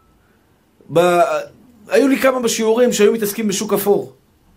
היו לי כמה בשיעורים שהיו מתעסקים בשוק אפור.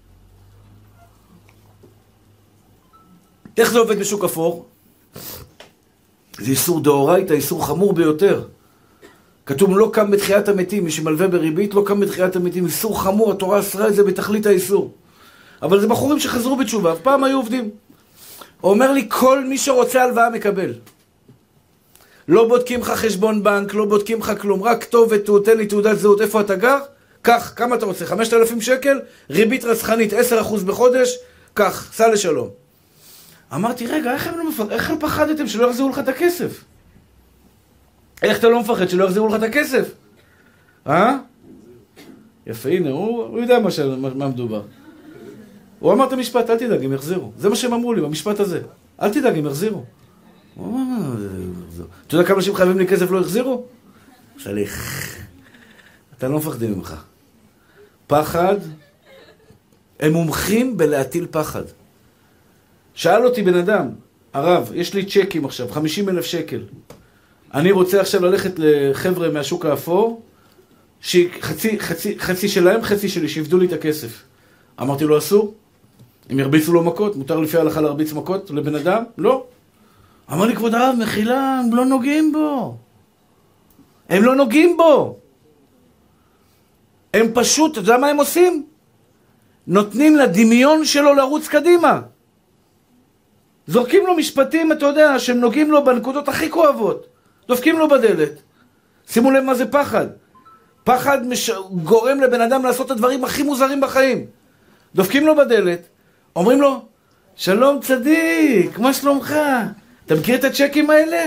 איך זה עובד בשוק אפור? זה איסור דאורייתא, איסור חמור ביותר. כתוב לא קם בתחיית המתים, מי שמלווה בריבית לא קם בתחיית המתים, איסור חמור, התורה אסרה את זה בתכלית האיסור. אבל זה בחורים שחזרו בתשובה, פעם היו עובדים. הוא אומר לי, כל מי שרוצה הלוואה מקבל. לא בודקים לך חשבון בנק, לא בודקים לך כלום, רק כתובת, תן לי תעודת זהות, איפה אתה גר? קח, כמה אתה רוצה? 5,000 שקל? ריבית רצחנית, 10% בחודש? קח, סע לשלום. אמרתי, רגע, איך לא פחדתם שלא יחזירו לך את הכסף? איך אתה לא מפחד שלא יחזירו לך את הכסף? יפה, הנה, הוא יודע מה מדובר. הוא אמר את המשפט, אל תדאג, הם יחזירו. זה מה שהם אמרו לי, במשפט הזה. אל תדאג, הם יחזירו. אתה יודע כמה אנשים חייבים לי כסף לא יחזירו? סליח. אתה לא מפחדים ממך. פחד, הם מומחים בלהטיל פחד. שאל אותי בן אדם, הרב, יש לי צ'קים עכשיו, 50,000 שקל. אני רוצה עכשיו ללכת לחבר'ה מהשוק האפור, חצי שלהם, חצי שלי, שיפדו לי את הכסף. אמרתי לו, אסור. הם ירביצו לו מכות, מותר לפי ההלכה להרביץ מכות לבן אדם? לא. אמר לי, כבוד הרב, מחילה, הם לא נוגעים בו. הם לא נוגעים בו. הם פשוט, אתה יודע מה הם עושים? נותנים לדמיון שלו לרוץ קדימה. זורקים לו משפטים, אתה יודע, שהם נוגעים לו בנקודות הכי כואבות. דופקים לו בדלת. שימו לב מה זה פחד. פחד גורם לבן אדם לעשות את הדברים הכי מוזרים בחיים. דופקים לו בדלת, אומרים לו, שלום צדיק, מה שלומך? אתה מכיר את הצ'קים האלה?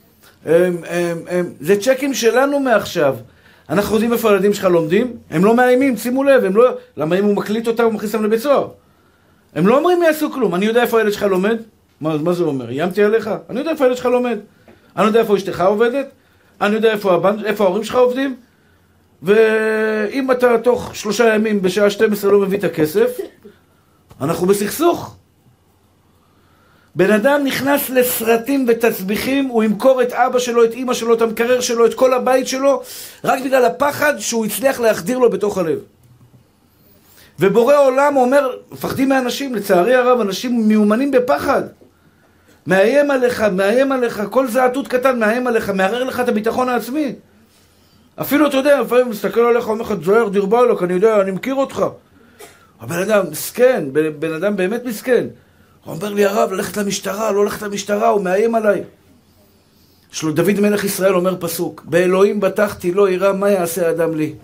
זה צ'קים שלנו מעכשיו. אנחנו יודעים איפה הילדים שלך לומדים? הם לא מאיימים, שימו לב, הם לא... למה אם הוא מקליט אותם, הוא מכניס אותם לבית סוהר? הם לא אומרים מי יעשו כלום. אני יודע איפה הילד שלך לומד? מה זה אומר? איימתי עליך? אני יודע איפה הילד שלך לומד. אני יודע איפה אשתך עובדת? אני יודע איפה ההורים שלך עובדים? ואם אתה תוך 3 ימים בשעה 12 לא מביא את הכסף, אנחנו בסכסוך. בן אדם נכנס לסרטים ותצביחים, הוא ימכור את אבא שלו, את אמא שלו, את המקרר שלו, את כל הבית שלו, רק בגלל הפחד שהוא הצליח להחדיר לו בתוך הלב. ובורא עולם אומר, מפחדים מאנשים, לצערי הרב, אנשים מיומנים בפחד. מאיים עליך, כל זעתות קטן מאיים עליך, מערער לך את הביטחון העצמי. אפילו אתה יודע, לפעמים מסתכל עליך, אומר לך, זוהר דרבה לו, כי אני יודע, אני מכיר אותך. הבן אדם מסכן, בן אדם באמת מסכן. הוא אומר לי, הרב, ללכת למשטרה, לא ללכת למשטרה, הוא מאיים עליי. דוד מלך ישראל אומר פסוק, באלוהים בטחתי לא ירא, מה יעשה האדם לי?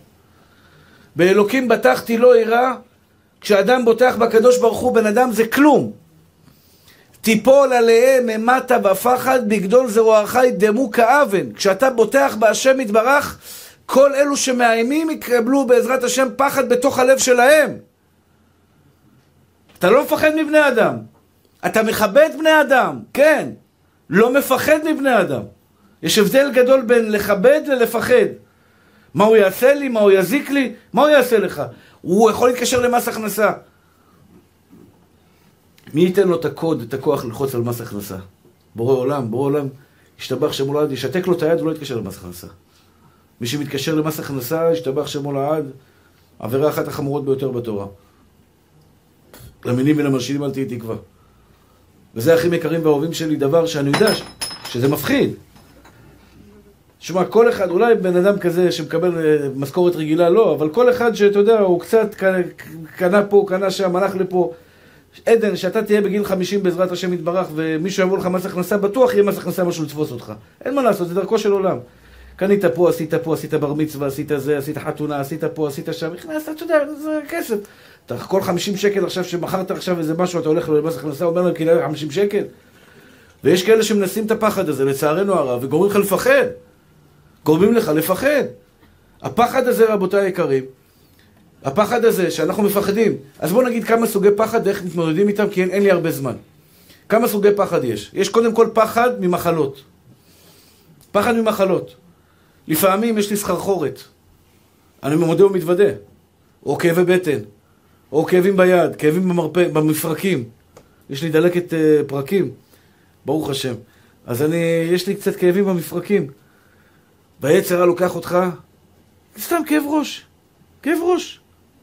באלוקים בטחתי לא ירא, כשאדם בוטח בקדוש ברוך הוא, בן אדם זה כלום. תיפול עליהם ממטה בפחד, בגדול זרועך ידמו כאבן. כשאתה בוטח בהשם יתברך, כל אלו שמאיימים יקבלו בעזרת השם פחד בתוך הלב שלהם. אתה לא מפחד מבני אדם. אתה מכבד בני אדם, כן. לא מפחד מבני אדם. יש הבדל גדול בין לכבד ולפחד. מה הוא יעשה לי? מה הוא יזיק לי? מה הוא יעשה לך? הוא יכול להתקשר למס הכנסה. מי ייתן לו את הקוד, את הכוח ללחוץ על מס הכנסה? בורא עולם, ישתבח שמו לעד, ישתק לו את היד ולא יתקשר למס הכנסה. מי שמתקשר למס הכנסה, ישתבח שמו לעד, עבירה אחת החמורות ביותר בתורה. למינים ולמלשינים אל תהי תקווה. וזה הכי יקרים ואהובים שלי, דבר שאני יודע שזה מפחיד. תשמע, כל אחד, אולי בן אדם כזה שמקבל משכורת רגילה, לא, אבל כל אחד שאתה יודע, הוא קצת קנה פה, קנה שם, הלך לפה. עדן, שאתה תהיה בגיל 50 בעזרת השם יתברך, ומישהו יבוא לך מס הכנסה, בטוח יהיה מס הכנסה משהו לתפוס אותך. אין מה לעשות, זה דרכו של עולם. קנית פה, עשית בר מצווה, עשית זה, עשית חתונה, עשית פה, עשית שם, נכנסת, אתה יודע, זה כסף. אתה כל 50 שקל עכשיו, שמכרת עכשיו איזה משהו, אתה הולך למס הכנסה, אומר להם, כאילו 50 שקל. ויש כאלה שמנסים את הפחד הזה, לצערנו הרב, וגורמים לך לפחד. גורמים לך לפחד. הפחד הזה, רבותיי היקרים, הפחד הזה שאנחנו מפחדים, אז בואו נגיד כמה סוגי פחד, איך מתמודדים איתם, כי אין לי הרבה זמן. כמה סוגי פחד יש? יש קודם כל פחד ממחלות. פחד ממחלות. לפעמים יש לי סחרחורת. אני מודה ומתוודה. או כאבי בטן. או כאבים ביד, כאבים במפרקים. יש לי דלקת פרקים. ברוך השם. אז יש לי קצת כאבים במפרקים. והיצר לוקח אותך, סתם כאב ראש. כאב ראש.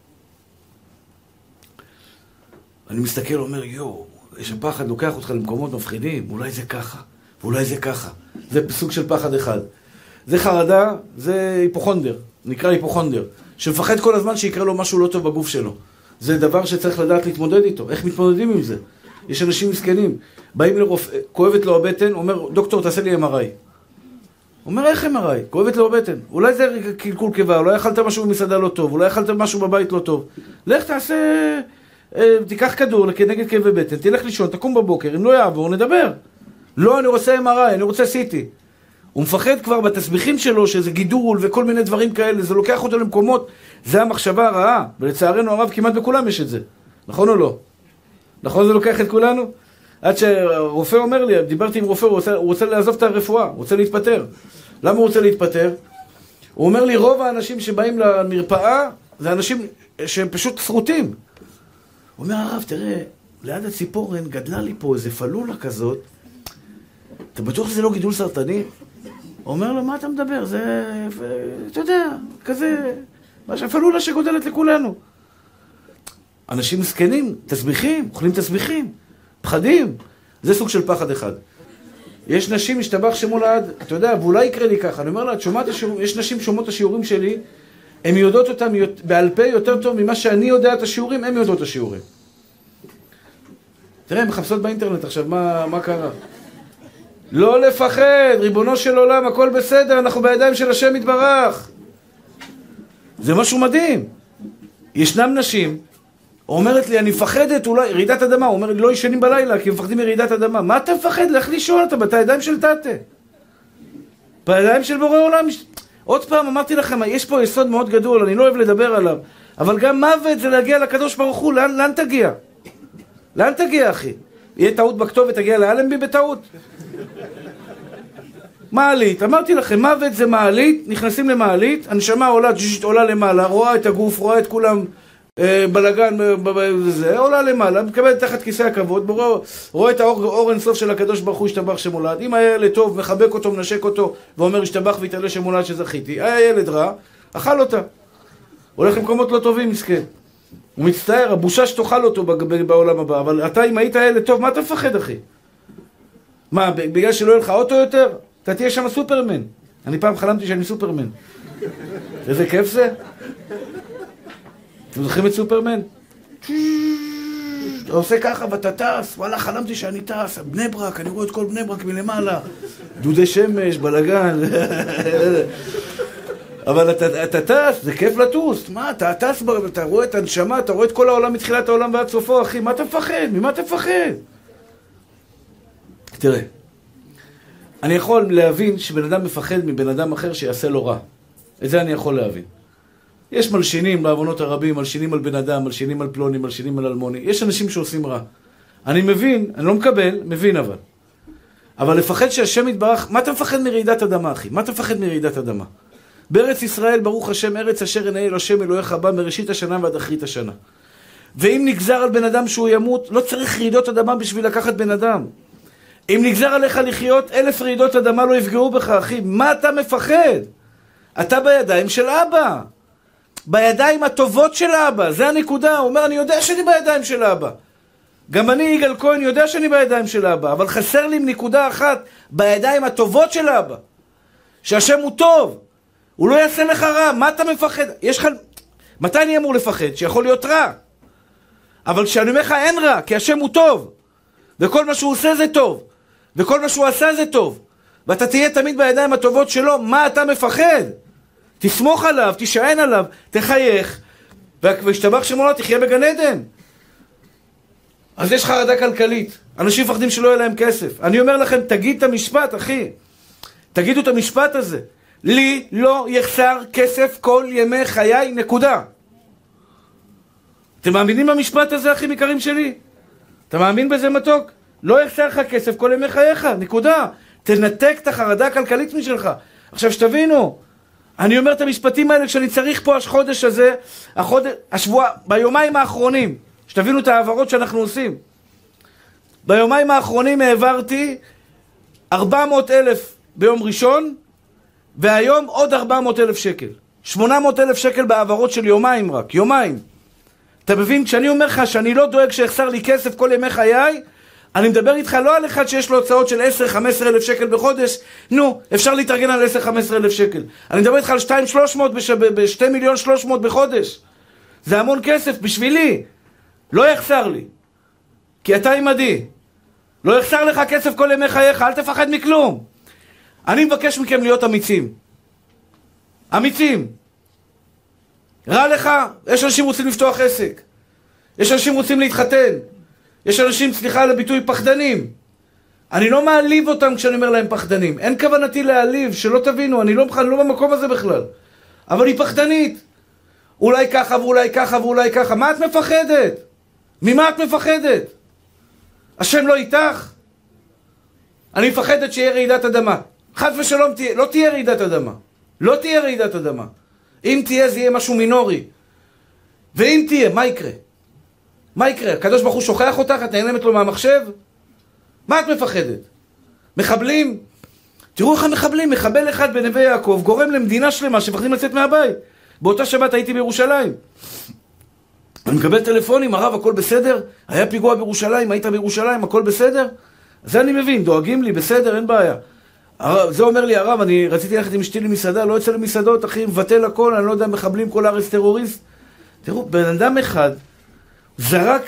אני מסתכל ואומר, יש הפחד לוקח אותך למקומות מפחידים, אולי זה ככה, ואולי זה ככה. זה סוג של פחד אחד. זה חרדה, זה היפוכונדר, נקרא היפוכונדר, שמפחד כל הזמן שיקרה לו משהו לא טוב בגוף שלו. זה דבר שצריך לדעת להתמודד איתו. איך מתמודדים עם זה? יש אנשים מסכנים, באים לרופא, כואבת לו הבטן, אומר, דוקטור, תעשה לי MRI. אומר, איך MRI? כואבת לו הבטן. אולי זה קלקול קיבה, אולי אכלת משהו במסעדה לא טוב, אולי אכלת משהו בבית לא טוב. לך תעשה, תיקח כדור כנגד כאבי בטן, תלך לישון, תקום בבוקר, אם לא יעבור, נדבר. לא, אני רוצה MRI, אני רוצה CT. הוא מפחד כבר בתסביכים שלו, שזה גידול וכל מיני דברים כאלה, זה לוקח אותו למקומות, זה המחשבה הרעה, ולצערנו הרב כמעט בכולם יש את זה. נכון או לא? נכון זה לוקח את כולנו? עד שרופא אומר לי, דיברתי עם רופא, הוא רוצה לעזוב את הרפואה, הוא רוצה להתפטר. למה הוא רוצה להתפטר? הוא אומר לי, רוב האנשים שבאים למרפאה, זה אנשים שהם פשוט שרוטים. הוא אומר, הרב, תראה, ליד הציפורן גדלה לי פה איזה פלולה כזאת, אתה בטוח שזה לא גידול סרטני? הוא אומר לו, מה אתה מדבר? זה, אתה יודע, כזה, פלולה שגודלת לכולנו. אנשים מסכנים, תסביכים, אוכלים תסביכים, פחדים. זה סוג של פחד אחד. יש נשים, משתבח שמו לעד, אתה יודע, ואולי יקרה לי ככה. אני אומר לה, יש נשים שומעות את השיעורים שלי, הן יודעות אותם בעל פה יותר טוב ממה שאני יודע את השיעורים, הן יודעות את השיעורים. תראה, הן מחפשות באינטרנט עכשיו, מה קרה? לא לפחד, ריבונו של עולם, הכל בסדר, אנחנו בידיים של השם יתברך. זה משהו מדהים. ישנם נשים, אומרת לי, אני מפחדת, אולי, רעידת אדמה, הוא אומר לי, לא ישנים בלילה, כי הם מפחדים מרעידת אדמה. מה אתה מפחד? לך לישון, אתה בידיים של תתה. בידיים של בורא עולם. עוד פעם, אמרתי לכם, יש פה יסוד מאוד גדול, אני לא אוהב לדבר עליו, אבל גם מוות זה להגיע לקדוש ברוך הוא, לאן תגיע? לאן תגיע, אחי? יהיה טעות בכתובת, תגיע לאלנבי בטעות? מעלית, אמרתי לכם, מוות זה מעלית, נכנסים למעלית, הנשמה עולה למעלה, רואה את הגוף, רואה את כולם בלגן, זה, עולה למעלה, מקבלת תחת כיסא הכבוד, רואה את האור אינסוף של הקדוש ברוך הוא, השתבח שמולד. אם היה ילד טוב, מחבק אותו, מנשק אותו, ואומר השתבח והתעלה שמולד שזכיתי. היה ילד רע, אכל אותה. הולך למקומות לא טובים, מסכן. הוא מצטער, הבושה שתאכל אותו בעולם הבא, אבל אתה אם היית ילד טוב, מה אתה מפחד, אחי? מה, בגלל שלא יהיה לך אוטו יותר? אתה תהיה שם סופרמן. אני פעם חלמתי שאני סופרמן. איזה כיף זה? אתם זוכרים את סופרמן? אתה עושה ככה ואתה טס, וואלה, חלמתי שאני טס, בני ברק, אני רואה את כל בני ברק מלמעלה, דודי שמש, בלגן, אבל אתה טס, זה כיף לטוס, מה, אתה טס, אתה רואה את הנשמה, אתה רואה את כל העולם מתחילת העולם ועד סופו, אחי, מה אתה מפחד? ממה אתה מפחד? תראה, אני יכול להבין שבן אדם מפחד מבן אדם אחר שיעשה לו רע. את זה אני יכול להבין. יש מלשינים בעוונות הרבים, מלשינים על בן אדם, מלשינים על פלוני, מלשינים על אלמוני. יש אנשים שעושים רע. אני מבין, אני לא מקבל, מבין אבל לפחד שהשם יתברך, מה אתה מפחד מרעידת אדמה, אחי? מה אתה מפחד מרעידת אדמה? בארץ ישראל, ברוך השם, ארץ אשר ינהל השם אלוהיך בה מראשית השנה ועד אחרית השנה. ואם נגזר על בן אדם שהוא ימות, לא צריך רעידות אדמה בשביל לקחת בן אדם. אם נגזר עליך לחיות, 1000 רעידות אדמה לא יפגעו בך, אחי. מה אתה מפחד? אתה בידיים של אבא. בידיים הטובות של אבא. זה הנקודה. הוא אומר, אני יודע שאני בידיים של אבא. גם אני, יגאל כהן, יודע שאני בידיים של אבא. אבל חסר לי נקודה אחת, בידיים הטובות של אבא. שהשם הוא טוב. הוא לא יעשה לך רע. מה אתה מפחד? יש לך... מתי אני אמור לפחד? שיכול להיות רע. אבל כשאני אומר לך אין רע, כי השם הוא טוב. וכל מה שהוא עושה זה טוב. וכל מה שהוא עשה זה טוב. ואתה תהיה תמיד בידיים הטובות שלו. מה אתה מפחד? תסמוך עליו, תישען עליו, תחייך. וישתבח שמו לו, תחיה בגן עדן. אז יש חרדה כלכלית. אנשים מפחדים שלא יהיה להם כסף. אני אומר לכם, תגיד את המשפט, אחי. תגידו את המשפט הזה. לי לא יחסר כסף כל ימי חיי, נקודה. אתם מאמינים במשפט הזה, אחים יקרים שלי? אתה מאמין בזה מתוק? לא יחסר לך כסף כל ימי חייך, נקודה. תנתק את החרדה הכלכלית משלך. עכשיו שתבינו, אני אומר את המשפטים האלה כשאני צריך פה החודש הזה, השבוע, ביומיים האחרונים, שתבינו את העברות שאנחנו עושים. ביומיים האחרונים העברתי 400,000 ביום ראשון, והיום עוד 400,000 שקל. 800,000 שקל בעברות של יומיים רק, יומיים. אתה מבין? כשאני אומר לך שאני לא דואג שיחסר לי כסף כל ימי חיי, אני מדבר איתך לא על אחד שיש לו הוצאות של 10-15,000 שקל בחודש, נו, אפשר להתארגן על 10-15,000 שקל. אני מדבר איתך על 2,300 ב-2,300,000 בחודש. זה המון כסף בשבילי. לא יחסר לי. כי אתה עימדי. לא יחסר לך כסף כל ימי חייך, אל תפחד מכלום. אני מבקש מכם להיות אמיצים. אמיצים. רע לך, יש אנשים רוצים לפתוח עסק. יש אנשים רוצים להתחתן. יש אנשים, סליחה על הביטוי, פחדנים. אני לא מעליב אותם כשאני אומר להם פחדנים. אין כוונתי להעליב, שלא תבינו, אני לא במקום הזה בכלל. אבל היא פחדנית. אולי ככה ואולי ככה ואולי ככה. מה את מפחדת? ממה את מפחדת? השם לא איתך? אני מפחדת שיהיה רעידת אדמה. חס ושלום תהיה, לא תהיה רעידת אדמה. לא תהיה רעידת אדמה. אם תהיה, זה יהיה משהו מינורי. ואם תהיה, מה יקרה? מה יקרה? הקדוש ברוך הוא שוכח אותך, את נעלמת לו מהמחשב? מה את מפחדת? מחבלים? תראו איך המחבלים, מחבל אחד בנווה יעקב, גורם למדינה שלמה שמפחדים לצאת מהבית. באותה שבת הייתי בירושלים. אני מקבל טלפונים, הרב, הכל בסדר? היה פיגוע בירושלים, היית בירושלים, הכל בסדר? זה אני מבין, דואגים לי, בסדר, אין בעיה. זה אומר לי, הרב, אני רציתי ללכת עם אשתי למסעדה, לא יוצא למסעדות, אחי, מבטל הכל, אני לא יודע, מחבלים כל הארץ טרוריסט. תראו, בן אדם אחד זרק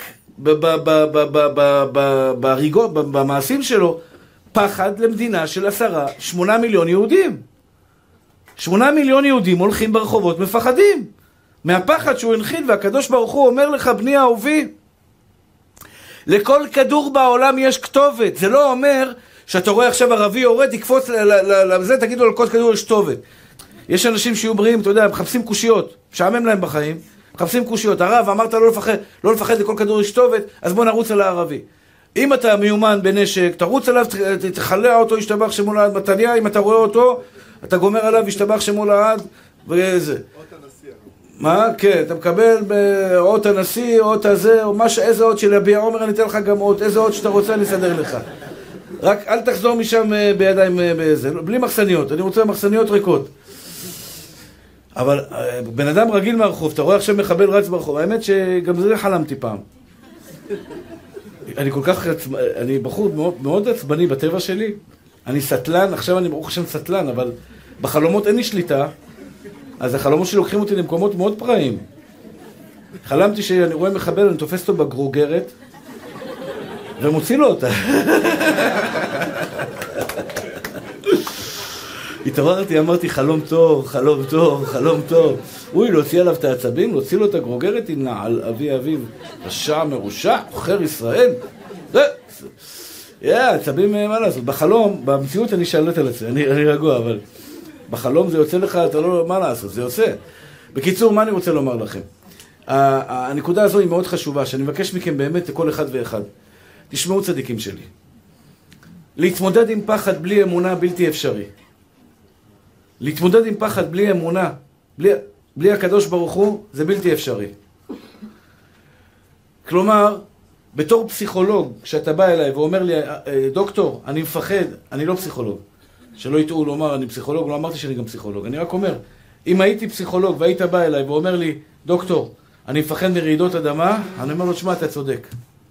בהריגות, במעשים שלו, פחד למדינה של 8 מיליון יהודים. 8 מיליון יהודים הולכים ברחובות, מפחדים. מהפחד שהוא הנחיל, והקדוש ברוך הוא אומר לך, בני אהובי, לכל כדור בעולם יש כתובת. זה לא אומר שאתה רואה עכשיו ערבי יורד, תקפוץ לזה, תגידו על כל כדור יש כתובת. יש אנשים שיהיו בריאים, אתה יודע, מחפשים קושיות, משעמם להם בחיים, מחפשים קושיות. הרב, אמרת לא לפחד לכל כדור יש כתובת, אז בוא נרוץ על הערבי. אם אתה מיומן בנשק, תרוץ עליו, תחלע אותו, ישתבח שמו לעד מתניה, אם אתה רואה אותו, אתה גומר עליו, ישתבח שמו לעד, וזה. מה? כן, אתה מקבל באות הנשיא, אות הזה, או איזה אות של יביע עומר, אני אתן לך גם אות, איזה אות שאתה רוצה, אני אסדר לך. רק אל תחזור משם בידיים באיזה, בלי מחסניות, אני רוצה מחסניות ריקות. אבל בן אדם רגיל מהרחוב, אתה רואה עכשיו מחבל רץ ברחוב, האמת שגם זה חלמתי פעם. אני כל כך, אני בחור מאוד, מאוד עצבני בטבע שלי, אני סטלן, עכשיו אני ברוך השם סטלן, אבל בחלומות אין לי שליטה, אז החלומות שלי לוקחים אותי למקומות מאוד פראיים. חלמתי שאני רואה מחבל, אני תופס אותו בגרוגרת, ומוציא לו אותה. התעוררתי, אמרתי, חלום טוב, חלום טוב, חלום טוב. אוי, להוציא עליו את העצבים, להוציא לו את הגרוגרת, הנה, על אבי אביו, רשע מרושע, עוכר ישראל. עצבים, מה לעשות? בחלום, במציאות אני שולט על זה, אני רגוע, אבל בחלום זה יוצא לך, אתה לא, מה לעשות? זה יוצא. בקיצור, מה אני רוצה לומר לכם? הנקודה הזו היא מאוד חשובה, שאני מבקש מכם באמת לכל אחד ואחד. תשמעו צדיקים שלי. להתמודד עם פחד בלי אמונה בלתי אפשרי. להתמודד עם פחד בלי אמונה, בלי הקדוש ברוך הוא, זה בלתי אפשרי. כלומר, בתור פסיכולוג, כשאתה בא אליי ואומר לי, דוקטור, אני מפחד, אני לא פסיכולוג. שלא יטעו לומר, אני פסיכולוג, לא אמרתי שאני גם פסיכולוג. אני רק אומר, אם הייתי פסיכולוג והיית בא אליי ואומר לי, דוקטור, אני מפחד מרעידות אדמה, אני אומר לו, תשמע, אתה צודק.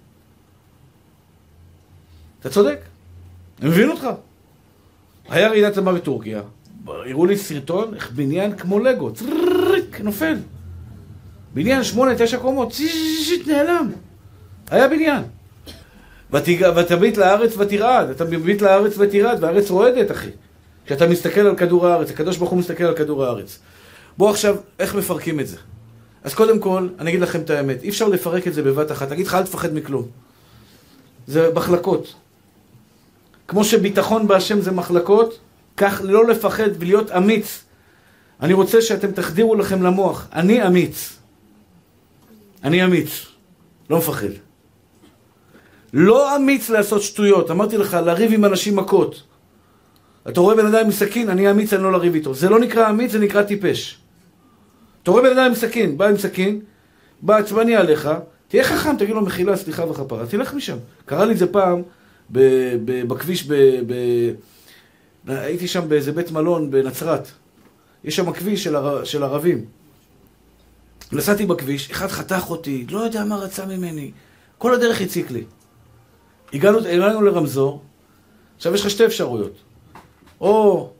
אתה צודק. אני מבין אותך. היה רעידת אדמה בטורקיה. הראו לי סרטון, איך בניין כמו לגו, צריק, נופל. בניין 8-9 קומות, נעלם. היה בניין. ותביט לארץ ותרעד. אתה מביט לארץ ותרעד, והארץ רועדת, אחי. כשאתה מסתכל על כדור הארץ, הקדוש ברוך הוא מסתכל על כדור הארץ. בואו עכשיו, איך מפרקים את זה? אז קודם כל, אני אגיד לכם את האמת. אי אפשר לפרק את זה בבת אחת. תגיד לך, אל תפחד מכלום. זה מחלקות. כמו שביטחון בהשם זה מחלקות, כך לא לפחד ולהיות אמיץ. אני רוצה שאתם תחדירו לכם למוח. אני אמיץ. אני אמיץ. לא מפחד. לא אמיץ לעשות שטויות. אמרתי לך, לריב עם אנשים מכות. אתה רואה בן אדם עם סכין, אני אמיץ, אני לא לריב איתו. זה לא נקרא אמיץ, זה נקרא טיפש. אתה רואה בן אדם עם סכין, בא עם סכין, בא עצבני עליך, תהיה חכם, תגיד לו מחילה, סליחה וכפרה. תלך משם. קרה לי זה פעם, בכביש, הייתי שם באיזה בית מלון בנצרת. יש שם כביש של ערבים. נסעתי בכביש, אחד חתך אותי, לא יודע מה רצה ממני. כל הדרך הציק לי. הגענו לרמזור, עכשיו יש לך שתי אפשרויות. או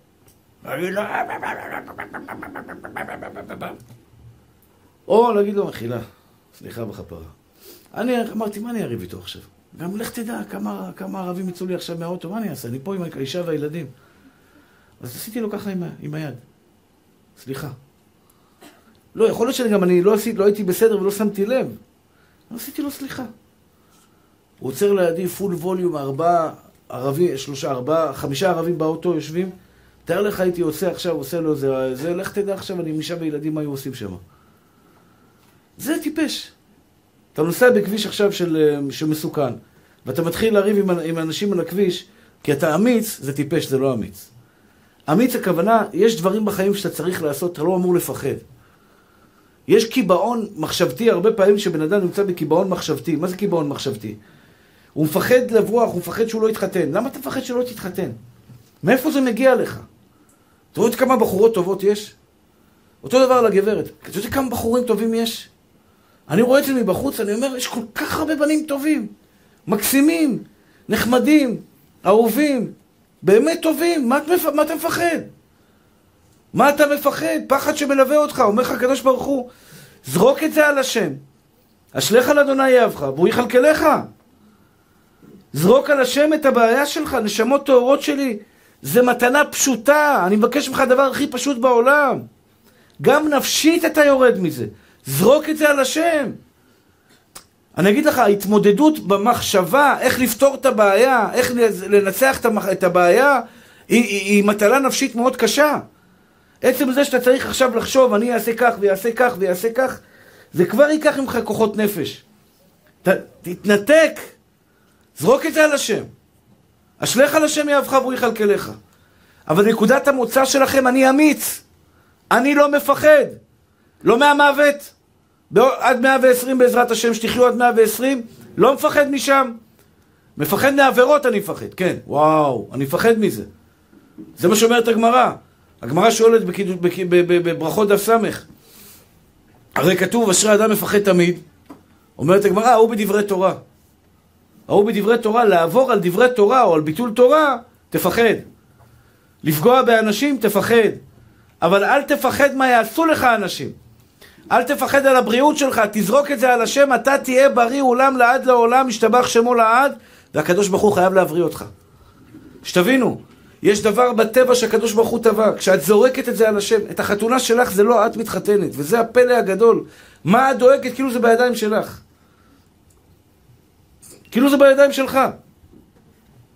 להגיד לו מחילה, סליחה בכפרה. אני אמרתי, מה אני אריב איתו עכשיו? גם לך תדע כמה ערבים יצאו לי עכשיו מהאוטו, מה אני אעשה? אני פה עם האישה והילדים. אז עשיתי לו ככה עם היד. סליחה. לא, יכול להיות שגם אני לא הייתי בסדר ולא שמתי לב. עשיתי לו סליחה. הוא עוצר לידי פול ווליום, 5 ערבים באוטו יושבים. תאר לך הייתי עושה לו זה, לך תדע עכשיו אני עם אישה וילדים מה היו עושים שם. זה טיפש. אתה נוסע בכביש עכשיו שמסוכן, ואתה מתחיל לריב עם אנשים על הכביש, כי אתה אמיץ, זה טיפש, זה לא אמיץ. אמיץ הכוונה, יש דברים בחיים שאתה צריך לעשות, אתה לא אמור לפחד. יש קיבעון מחשבתי, הרבה פעמים שבן אדם נמצא בקיבעון מחשבתי. מה זה קיבעון מחשבתי? הוא מפחד לברוח, הוא מפחד שהוא לא יתחתן. למה אתה מפחד שלא תתחתן? מאיפה זה מגיע לך? אתה רואה כמה בחורות טובות יש? אותו דבר לגברת. אתה יודע כמה בחורים טובים יש? אני רואה את זה מבחוץ, אני אומר, יש כל כך הרבה בנים טובים, מקסימים, נחמדים, אהובים, באמת טובים. מה אתה מפחד? מה אתה מפחד? פחד שמלווה אותך. אומר לך הקדוש ברוך הוא, זרוק את זה על השם. אשליך על אדוני יאהבך, והוא יכלכלך. זרוק על השם את הבעיה שלך, נשמות טהורות שלי. זה מתנה פשוטה. אני מבקש ממך הדבר הכי פשוט בעולם. גם נפשית אתה יורד מזה. זרוק את זה על השם. אני אגיד לך, ההתמודדות במחשבה, איך לפתור את הבעיה, איך לנצח את הבעיה, היא מטלה נפשית מאוד קשה. עצם זה שאתה צריך עכשיו לחשוב, אני אעשה כך ויעשה כך ויעשה כך, זה כבר ייקח ממך כוחות נפש. תתנתק. זרוק את זה על השם. אשליך על השם יאהבך והוא יכלכלך. אבל נקודת המוצא שלכם, אני אמיץ. אני לא מפחד. לא מהמוות. עד 120 בעזרת השם, שתחיו עד 120, לא מפחד משם. מפחד מעבירות אני מפחד. כן, וואו, אני מפחד מזה. זה מה שאומרת הגמרא. הגמרא שואלת בברכות דף סמך. הרי כתוב, אשרי אדם מפחד תמיד. אומרת הגמרא, הוא בדברי תורה. הוא בדברי תורה, לעבור על דברי תורה או על ביטול תורה, תפחד. לפגוע באנשים, תפחד. אבל אל תפחד מה יעשו לך אנשים. אל תפחד על הבריאות שלך, תזרוק את זה על השם, אתה תהיה בריא עולם לעד לעולם, משתבח שמו לעד, והקדוש ברוך הוא חייב להבריא אותך. שתבינו, יש דבר בטבע שהקדוש ברוך הוא טבע, כשאת זורקת את זה על השם, את החתונה שלך זה לא את מתחתנת, וזה הפלא הגדול. מה את דואגת? כאילו זה בידיים שלך. כאילו זה בידיים שלך.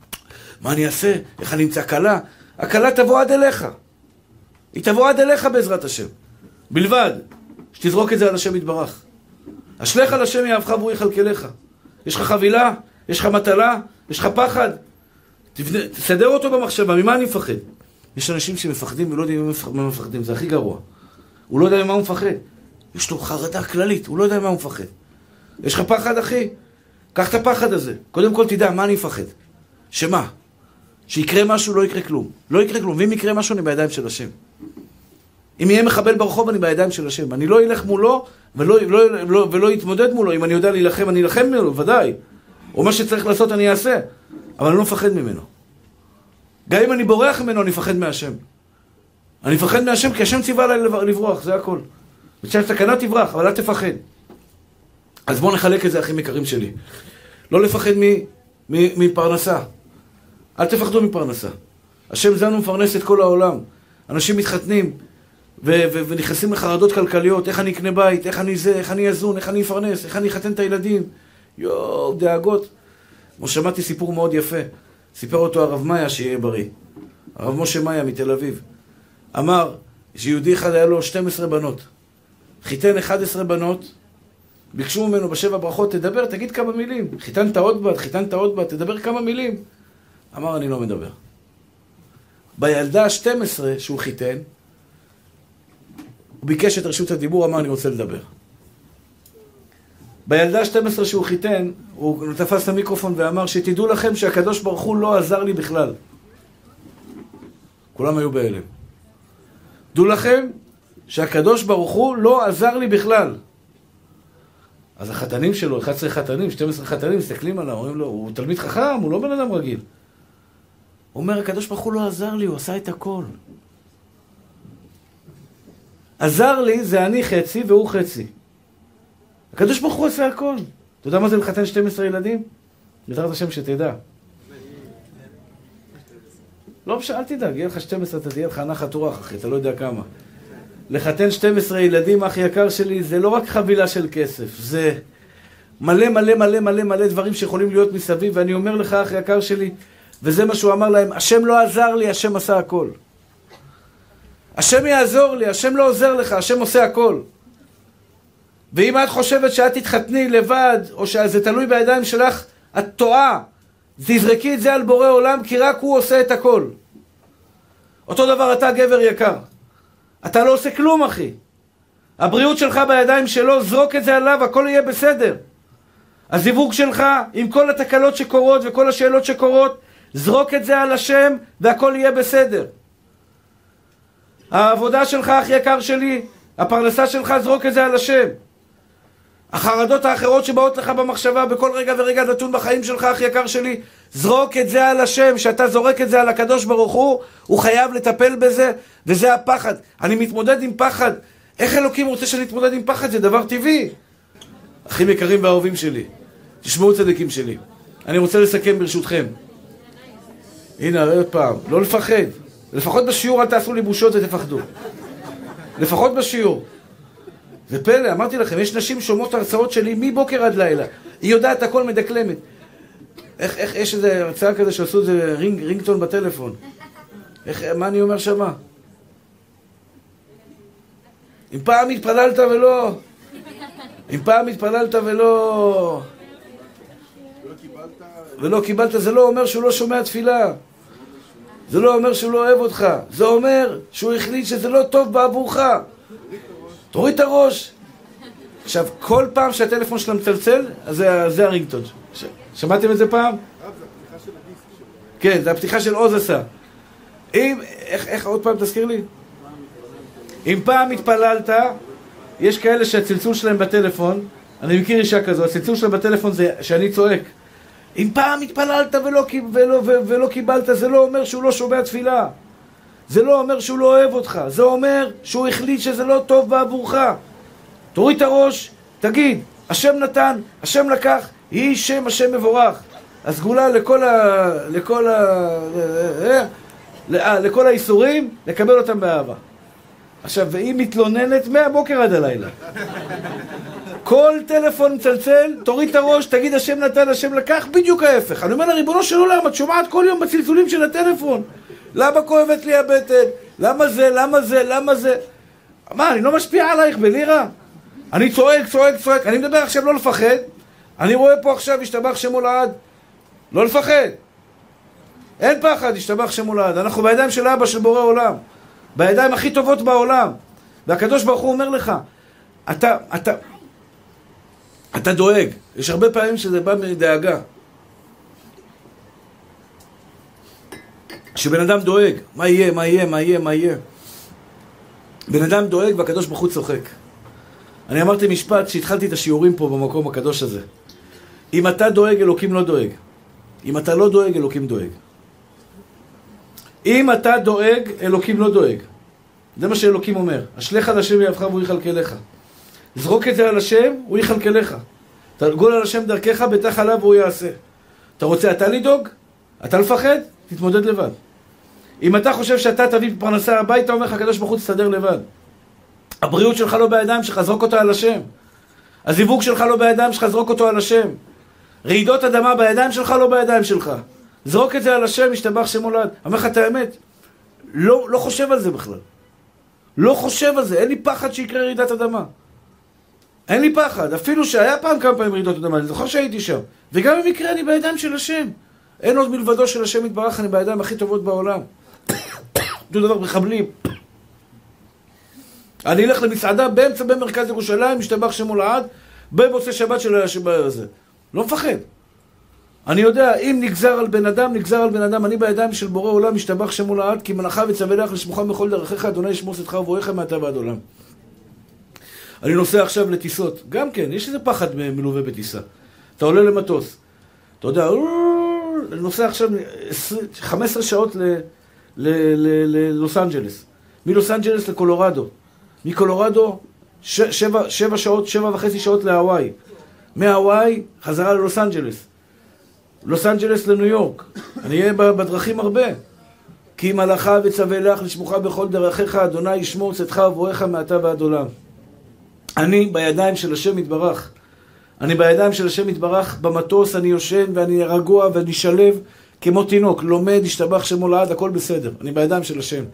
מה אני אעשה? איך אני אמצא הקלה? הקלה תבוא עד אליך. היא תבוא עד אליך בעזרת השם. בלבד, שתזרוק את זה על השם יתברך. אשליך על השם יאהבך והוא יכלכלך. יש לך חבילה, יש לך מטלה, יש לך פחד. תסדר אותו במחשבה, ממה אני מפחד? יש אנשים שמפחדים ולא יודעים ממה מפחדים, זה הכי גרוע. הוא לא יודע ממה הוא מפחד. יש לו חרדה כללית, הוא לא יודע ממה הוא מפחד. יש לך פחד, אחי? קח את הפחד הזה. קודם כל תדע, מה אני מפחד? שמה? שיקרה משהו, לא יקרה כלום. לא יקרה כלום, ואם יקרה משהו, אני בידיים של השם. אם יהיה מחבל ברחוב, אני בידיים של השם. אני לא אלך מולו ולא יתמודד מולו. אם אני יודע להילחם, אני אלחם מולו, ודאי. או מה שצריך לעשות, אני אעשה. אבל אני לא מפחד ממנו. גם אם אני בורח ממנו, אני מפחד מהשם. אני מפחד מהשם, כי השם ציווה עליי לברוח, זה הכל. ושאלה סכנה תברח, אבל אל תפחד. אז בואו נחלק את זה, אחים יקרים שלי. לא לפחד מפרנסה. אל תפחדו מפרנסה. השם זנו מפרנס את כל העולם. אנשים מתחתנים ונכנסים לחרדות כלכליות. איך אני אקנה בית, איך אני זה, איך אני אזון, איך אני אפרנס, איך אני אחתן את הילדים. דאגות. כמו שמעתי סיפור מאוד יפה. סיפר אותו הרב מאיה שיהיה בריא. הרב משה מאיה מתל אביב. אמר שיהודי אחד היה לו 12 בנות. חיתן 11 בנות. ביקשו ממנו בשבע ברכות, תדבר, תגיד כמה מילים. חיתנת עוד בת, תדבר כמה מילים. אמר, אני לא מדבר. בילדה ה-12 שהוא חיתן, הוא ביקש את רשות הדיבור, אמר, אני רוצה לדבר. בילדה ה-12 שהוא חיתן, הוא תפס את המיקרופון ואמר, שתדעו לכם שהקדוש ברוך הוא לא עזר לי בכלל. כולם היו בהלם. דעו לכם שהקדוש ברוך הוא לא עזר לי בכלל. אז החתנים שלו, 11 חתנים, 12 חתנים, מסתכלים עליו, אומרים לו, הוא תלמיד חכם, הוא לא בן אדם רגיל. הוא אומר, הקדוש ברוך הוא לא עזר לי, הוא עשה את הכל. עזר לי זה אני חצי והוא חצי. הקדוש ברוך הוא עשה הכל. אתה יודע מה זה לחתן 12 ילדים? בעזרת השם שתדע. לא משנה, אל תדאג, יהיה לך 12, אתה תהיה לך נחת רוח, אחי, אתה לא יודע כמה. לחתן 12 ילדים, אח יקר שלי, זה לא רק חבילה של כסף, זה מלא מלא מלא מלא מלא דברים שיכולים להיות מסביב, ואני אומר לך, אח יקר שלי, וזה מה שהוא אמר להם, השם לא עזר לי, השם עשה הכל. השם יעזור לי, השם לא עוזר לך, השם עושה הכל. ואם את חושבת שאת תתחתני לבד, או שזה תלוי בידיים שלך, את טועה. תזרקי את זה על בורא עולם, כי רק הוא עושה את הכל. אותו דבר אתה גבר יקר. אתה לא עושה כלום, אחי. הבריאות שלך בידיים שלו, זרוק את זה עליו, הכל יהיה בסדר. הזיווג שלך, עם כל התקלות שקורות וכל השאלות שקורות, זרוק את זה על השם, והכל יהיה בסדר. העבודה שלך, אח יקר שלי, הפרנסה שלך, זרוק את זה על השם. החרדות האחרות שבאות לך במחשבה, בכל רגע ורגע נתון בחיים שלך, אח יקר שלי, זרוק את זה על השם. שאתה זורק את זה על הקדוש ברוך הוא חייב לטפל בזה, וזה הפחד. אני מתמודד עם פחד. איך אלוקים רוצה שאני אתמודד עם פחד? זה דבר טבעי. אחים יקרים ואהובים שלי, תשמעו צדיקים שלי. אני רוצה לסכם ברשותכם. הנה, עוד פעם, לא לפחד. לפחות בשיעור אל תעשו לי בושות ותפחדו. לפחות בשיעור. זה פלא, אמרתי לכם, יש נשים שומעות הרצאות שלי מבוקר עד לילה. היא יודעת הכל מדקלמת. איך יש איזה הרצאה כזה שעשו איזה רינגטון בטלפון? מה אני אומר שמה? אם פעם התפללת ולא קיבלת, זה לא אומר שהוא לא שומע תפילה. זה לא אומר שהוא לא אוהב אותך. זה אומר שהוא החליט שזה לא טוב בעבורך. תוריד את הראש. עכשיו, כל פעם שהטלפון שלה מצלצל, אז זה הרינגטון. שמעתם את זה פעם? כן, זה הפתיחה של עוז עשה. איך עוד פעם תזכיר לי? אם פעם התפללת, יש כאלה שהצלצול שלהם בטלפון, אני מכיר אישה כזו, הצלצול שלהם בטלפון זה שאני צועק. אם פעם התפללת ולא קיבלת, זה לא אומר שהוא לא שומע תפילה. זה לא אומר שהוא לא אוהב אותך. זה אומר שהוא החליט שזה לא טוב בעבורך. תוריד את הראש, תגיד, השם נתן, השם לקח, יהי שם השם מבורך. הסגולה לכל האיסורים, לקבל אותם באהבה. עכשיו, והיא מתלוננת מהבוקר עד הלילה. כל טלפון מצלצל, תוריד את הראש, תגיד השם נתן, השם לקח, בדיוק ההפך. אני אומר לריבונו של עולם, את שומעת כל יום בצלצולים של הטלפון. למה כואבת לי הבטן? למה זה? למה זה? למה זה? מה, אני לא משפיע עלייך בלירה? אני צועק, צועק, צועק. אני מדבר עכשיו לא לפחד. אני רואה פה עכשיו, השתבח שמו לעד. לא לפחד. אין פחד, השתבח שמו לעד. אנחנו בידיים של אבא של בורא עולם. בידיים הכי טובות בעולם. והקדוש ברוך הוא אומר לך, אתה דואג. יש הרבה פעמים שזה בא מדאגה. שבן אדם דואג, מה יהיה, מה יהיה, מה יהיה, מה יהיה. בן אדם דואג והקדוש ברוך הוא צוחק. אני אמרתי משפט שהתחלתי את השיעורים פה במקום הקדוש הזה. אם אתה דואג, אלוקים לא דואג. אם אתה לא דואג, אלוקים דואג. אם אתה דואג, אלוקים לא דואג. זה מה שאלוקים אומר. אשליך על השם יאהבך והוא יכלכלך. זרוק את זה על השם, הוא יכלכלך. תגול על השם דרכך, בטח עליו והוא יעשה. אתה רוצה אתה לדאוג? אתה לפחד? תתמודד לבד. אם אתה חושב שאתה תביא פרנסה הביתה, אומר לך הקדוש ברוך הוא תסתדר לבד. הבריאות שלך לא בידיים שלך, זרוק אותה על השם. הזיווג שלך לא בידיים שלך, זרוק אותו על השם. רעידות אדמה בידיים שלך, לא בידיים שלך. זרוק את זה על השם, השתבח שמו לעד. אומר לך את האמת, לא חושב על זה בכלל. לא חושב על זה, אין לי פחד שיקרה רעידת אדמה. אין לי פחד, אפילו שהיה פעם כמה פעמים רעידות אדמה, אני זוכר שהייתי שם. וגם אם יקרה, אני בידיים של השם. אין עוד מלבדו של השם יתברך, אני בידיים הכי טובות בעולם. דו דבר מחבלים. אני אלך למסעדה באמצע במרכז ירושלים, משתבח שמו לעד, במוצאי שבת של הזה. לא מפחד. אני יודע, אם נגזר על בן אדם, נגזר על בן אדם. אני בידיים של בורא עולם, משתבח שמו לעד, כי מלאכה וצווה לך לשמוך בכל דרכיך, אדוני ישמור צאתך ובואך מעתה ועד עולם. אני נוסע עכשיו לטיסות. גם כן, יש איזה פחד מלווה בטיסה. אתה עולה למטוס. אתה יודע, אני נוסע עכשיו 15 שעות ללוס אנג'לס. מלוס אנג'לס לקולורדו. מקולורדו 7 שעות, 7.5 שעות להוואי. מהוואי חזרה ללוס אנג'לס. לוס אנג'לס לניו יורק. אני אהיה בדרכים הרבה. כי מלאכה וצווה לך לשמוך בכל דרכיך, אדוני ישמור צאתך ובואך מעתה ועד עולם. אני בידיים של השם יתברך. אני בידיים של השם יתברך, במטוס אני יושן ואני רגוע ואני שלב כמו תינוק, לומד, השתבח שמו לעד, הכל בסדר. אני בידיים של השם.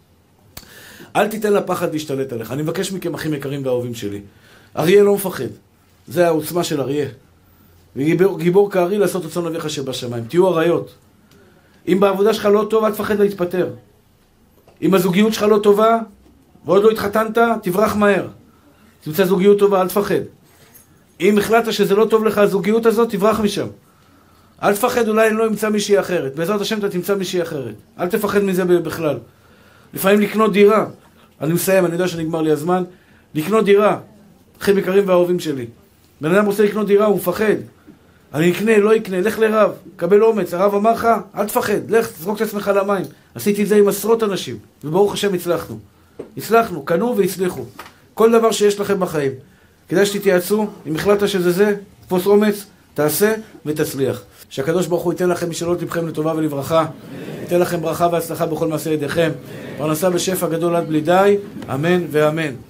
אל תיתן לפחד להשתלט עליך. אני מבקש מכם, אחים יקרים ואהובים שלי. אריה לא מפחד. זה העוצמה של אריה. וגיבור כארי לעשות רצון אביך שבשמיים. תהיו אריות. אם בעבודה שלך לא טוב, אל תפחד להתפטר. אם הזוגיות שלך לא טובה, ועוד לא התחתנת, תברח מהר. תמצא זוגיות טובה, אל תפחד. אם החלטת שזה לא טוב לך הזוגיות הזאת, תברח משם. אל תפחד, אולי אני לא אמצא מישהי אחרת. בעזרת השם אתה תמצא מישהי אחרת. אל תפחד מזה בכלל. לפעמים לקנות דירה. אני מסיים, אני יודע שנגמר לי הזמן. לקנות דירה. אחים יקרים ואהובים שלי. בן אדם רוצה לקנות דירה, הוא מפחד. אני אקנה, לא אקנה, לך לרב. קבל אומץ. הרב אמר לך, אל תפחד. לך, תזרוק את עצמך למים. עשיתי את זה עם עשרות אנשים. וברוך השם הצלחנו. הצלחנו, קנו והצליחו. כל דבר שיש לכם בחיים. כדאי שתתייעצו, אם החלטת שזה זה, תפוס אומץ, תעשה ותצליח. שהקדוש ברוך הוא ייתן לכם משאלות לבכם לטובה ולברכה, ייתן לכם ברכה והצלחה בכל מעשה ידיכם, פרנסה בשפע גדול עד בלי די, אמן ואמן.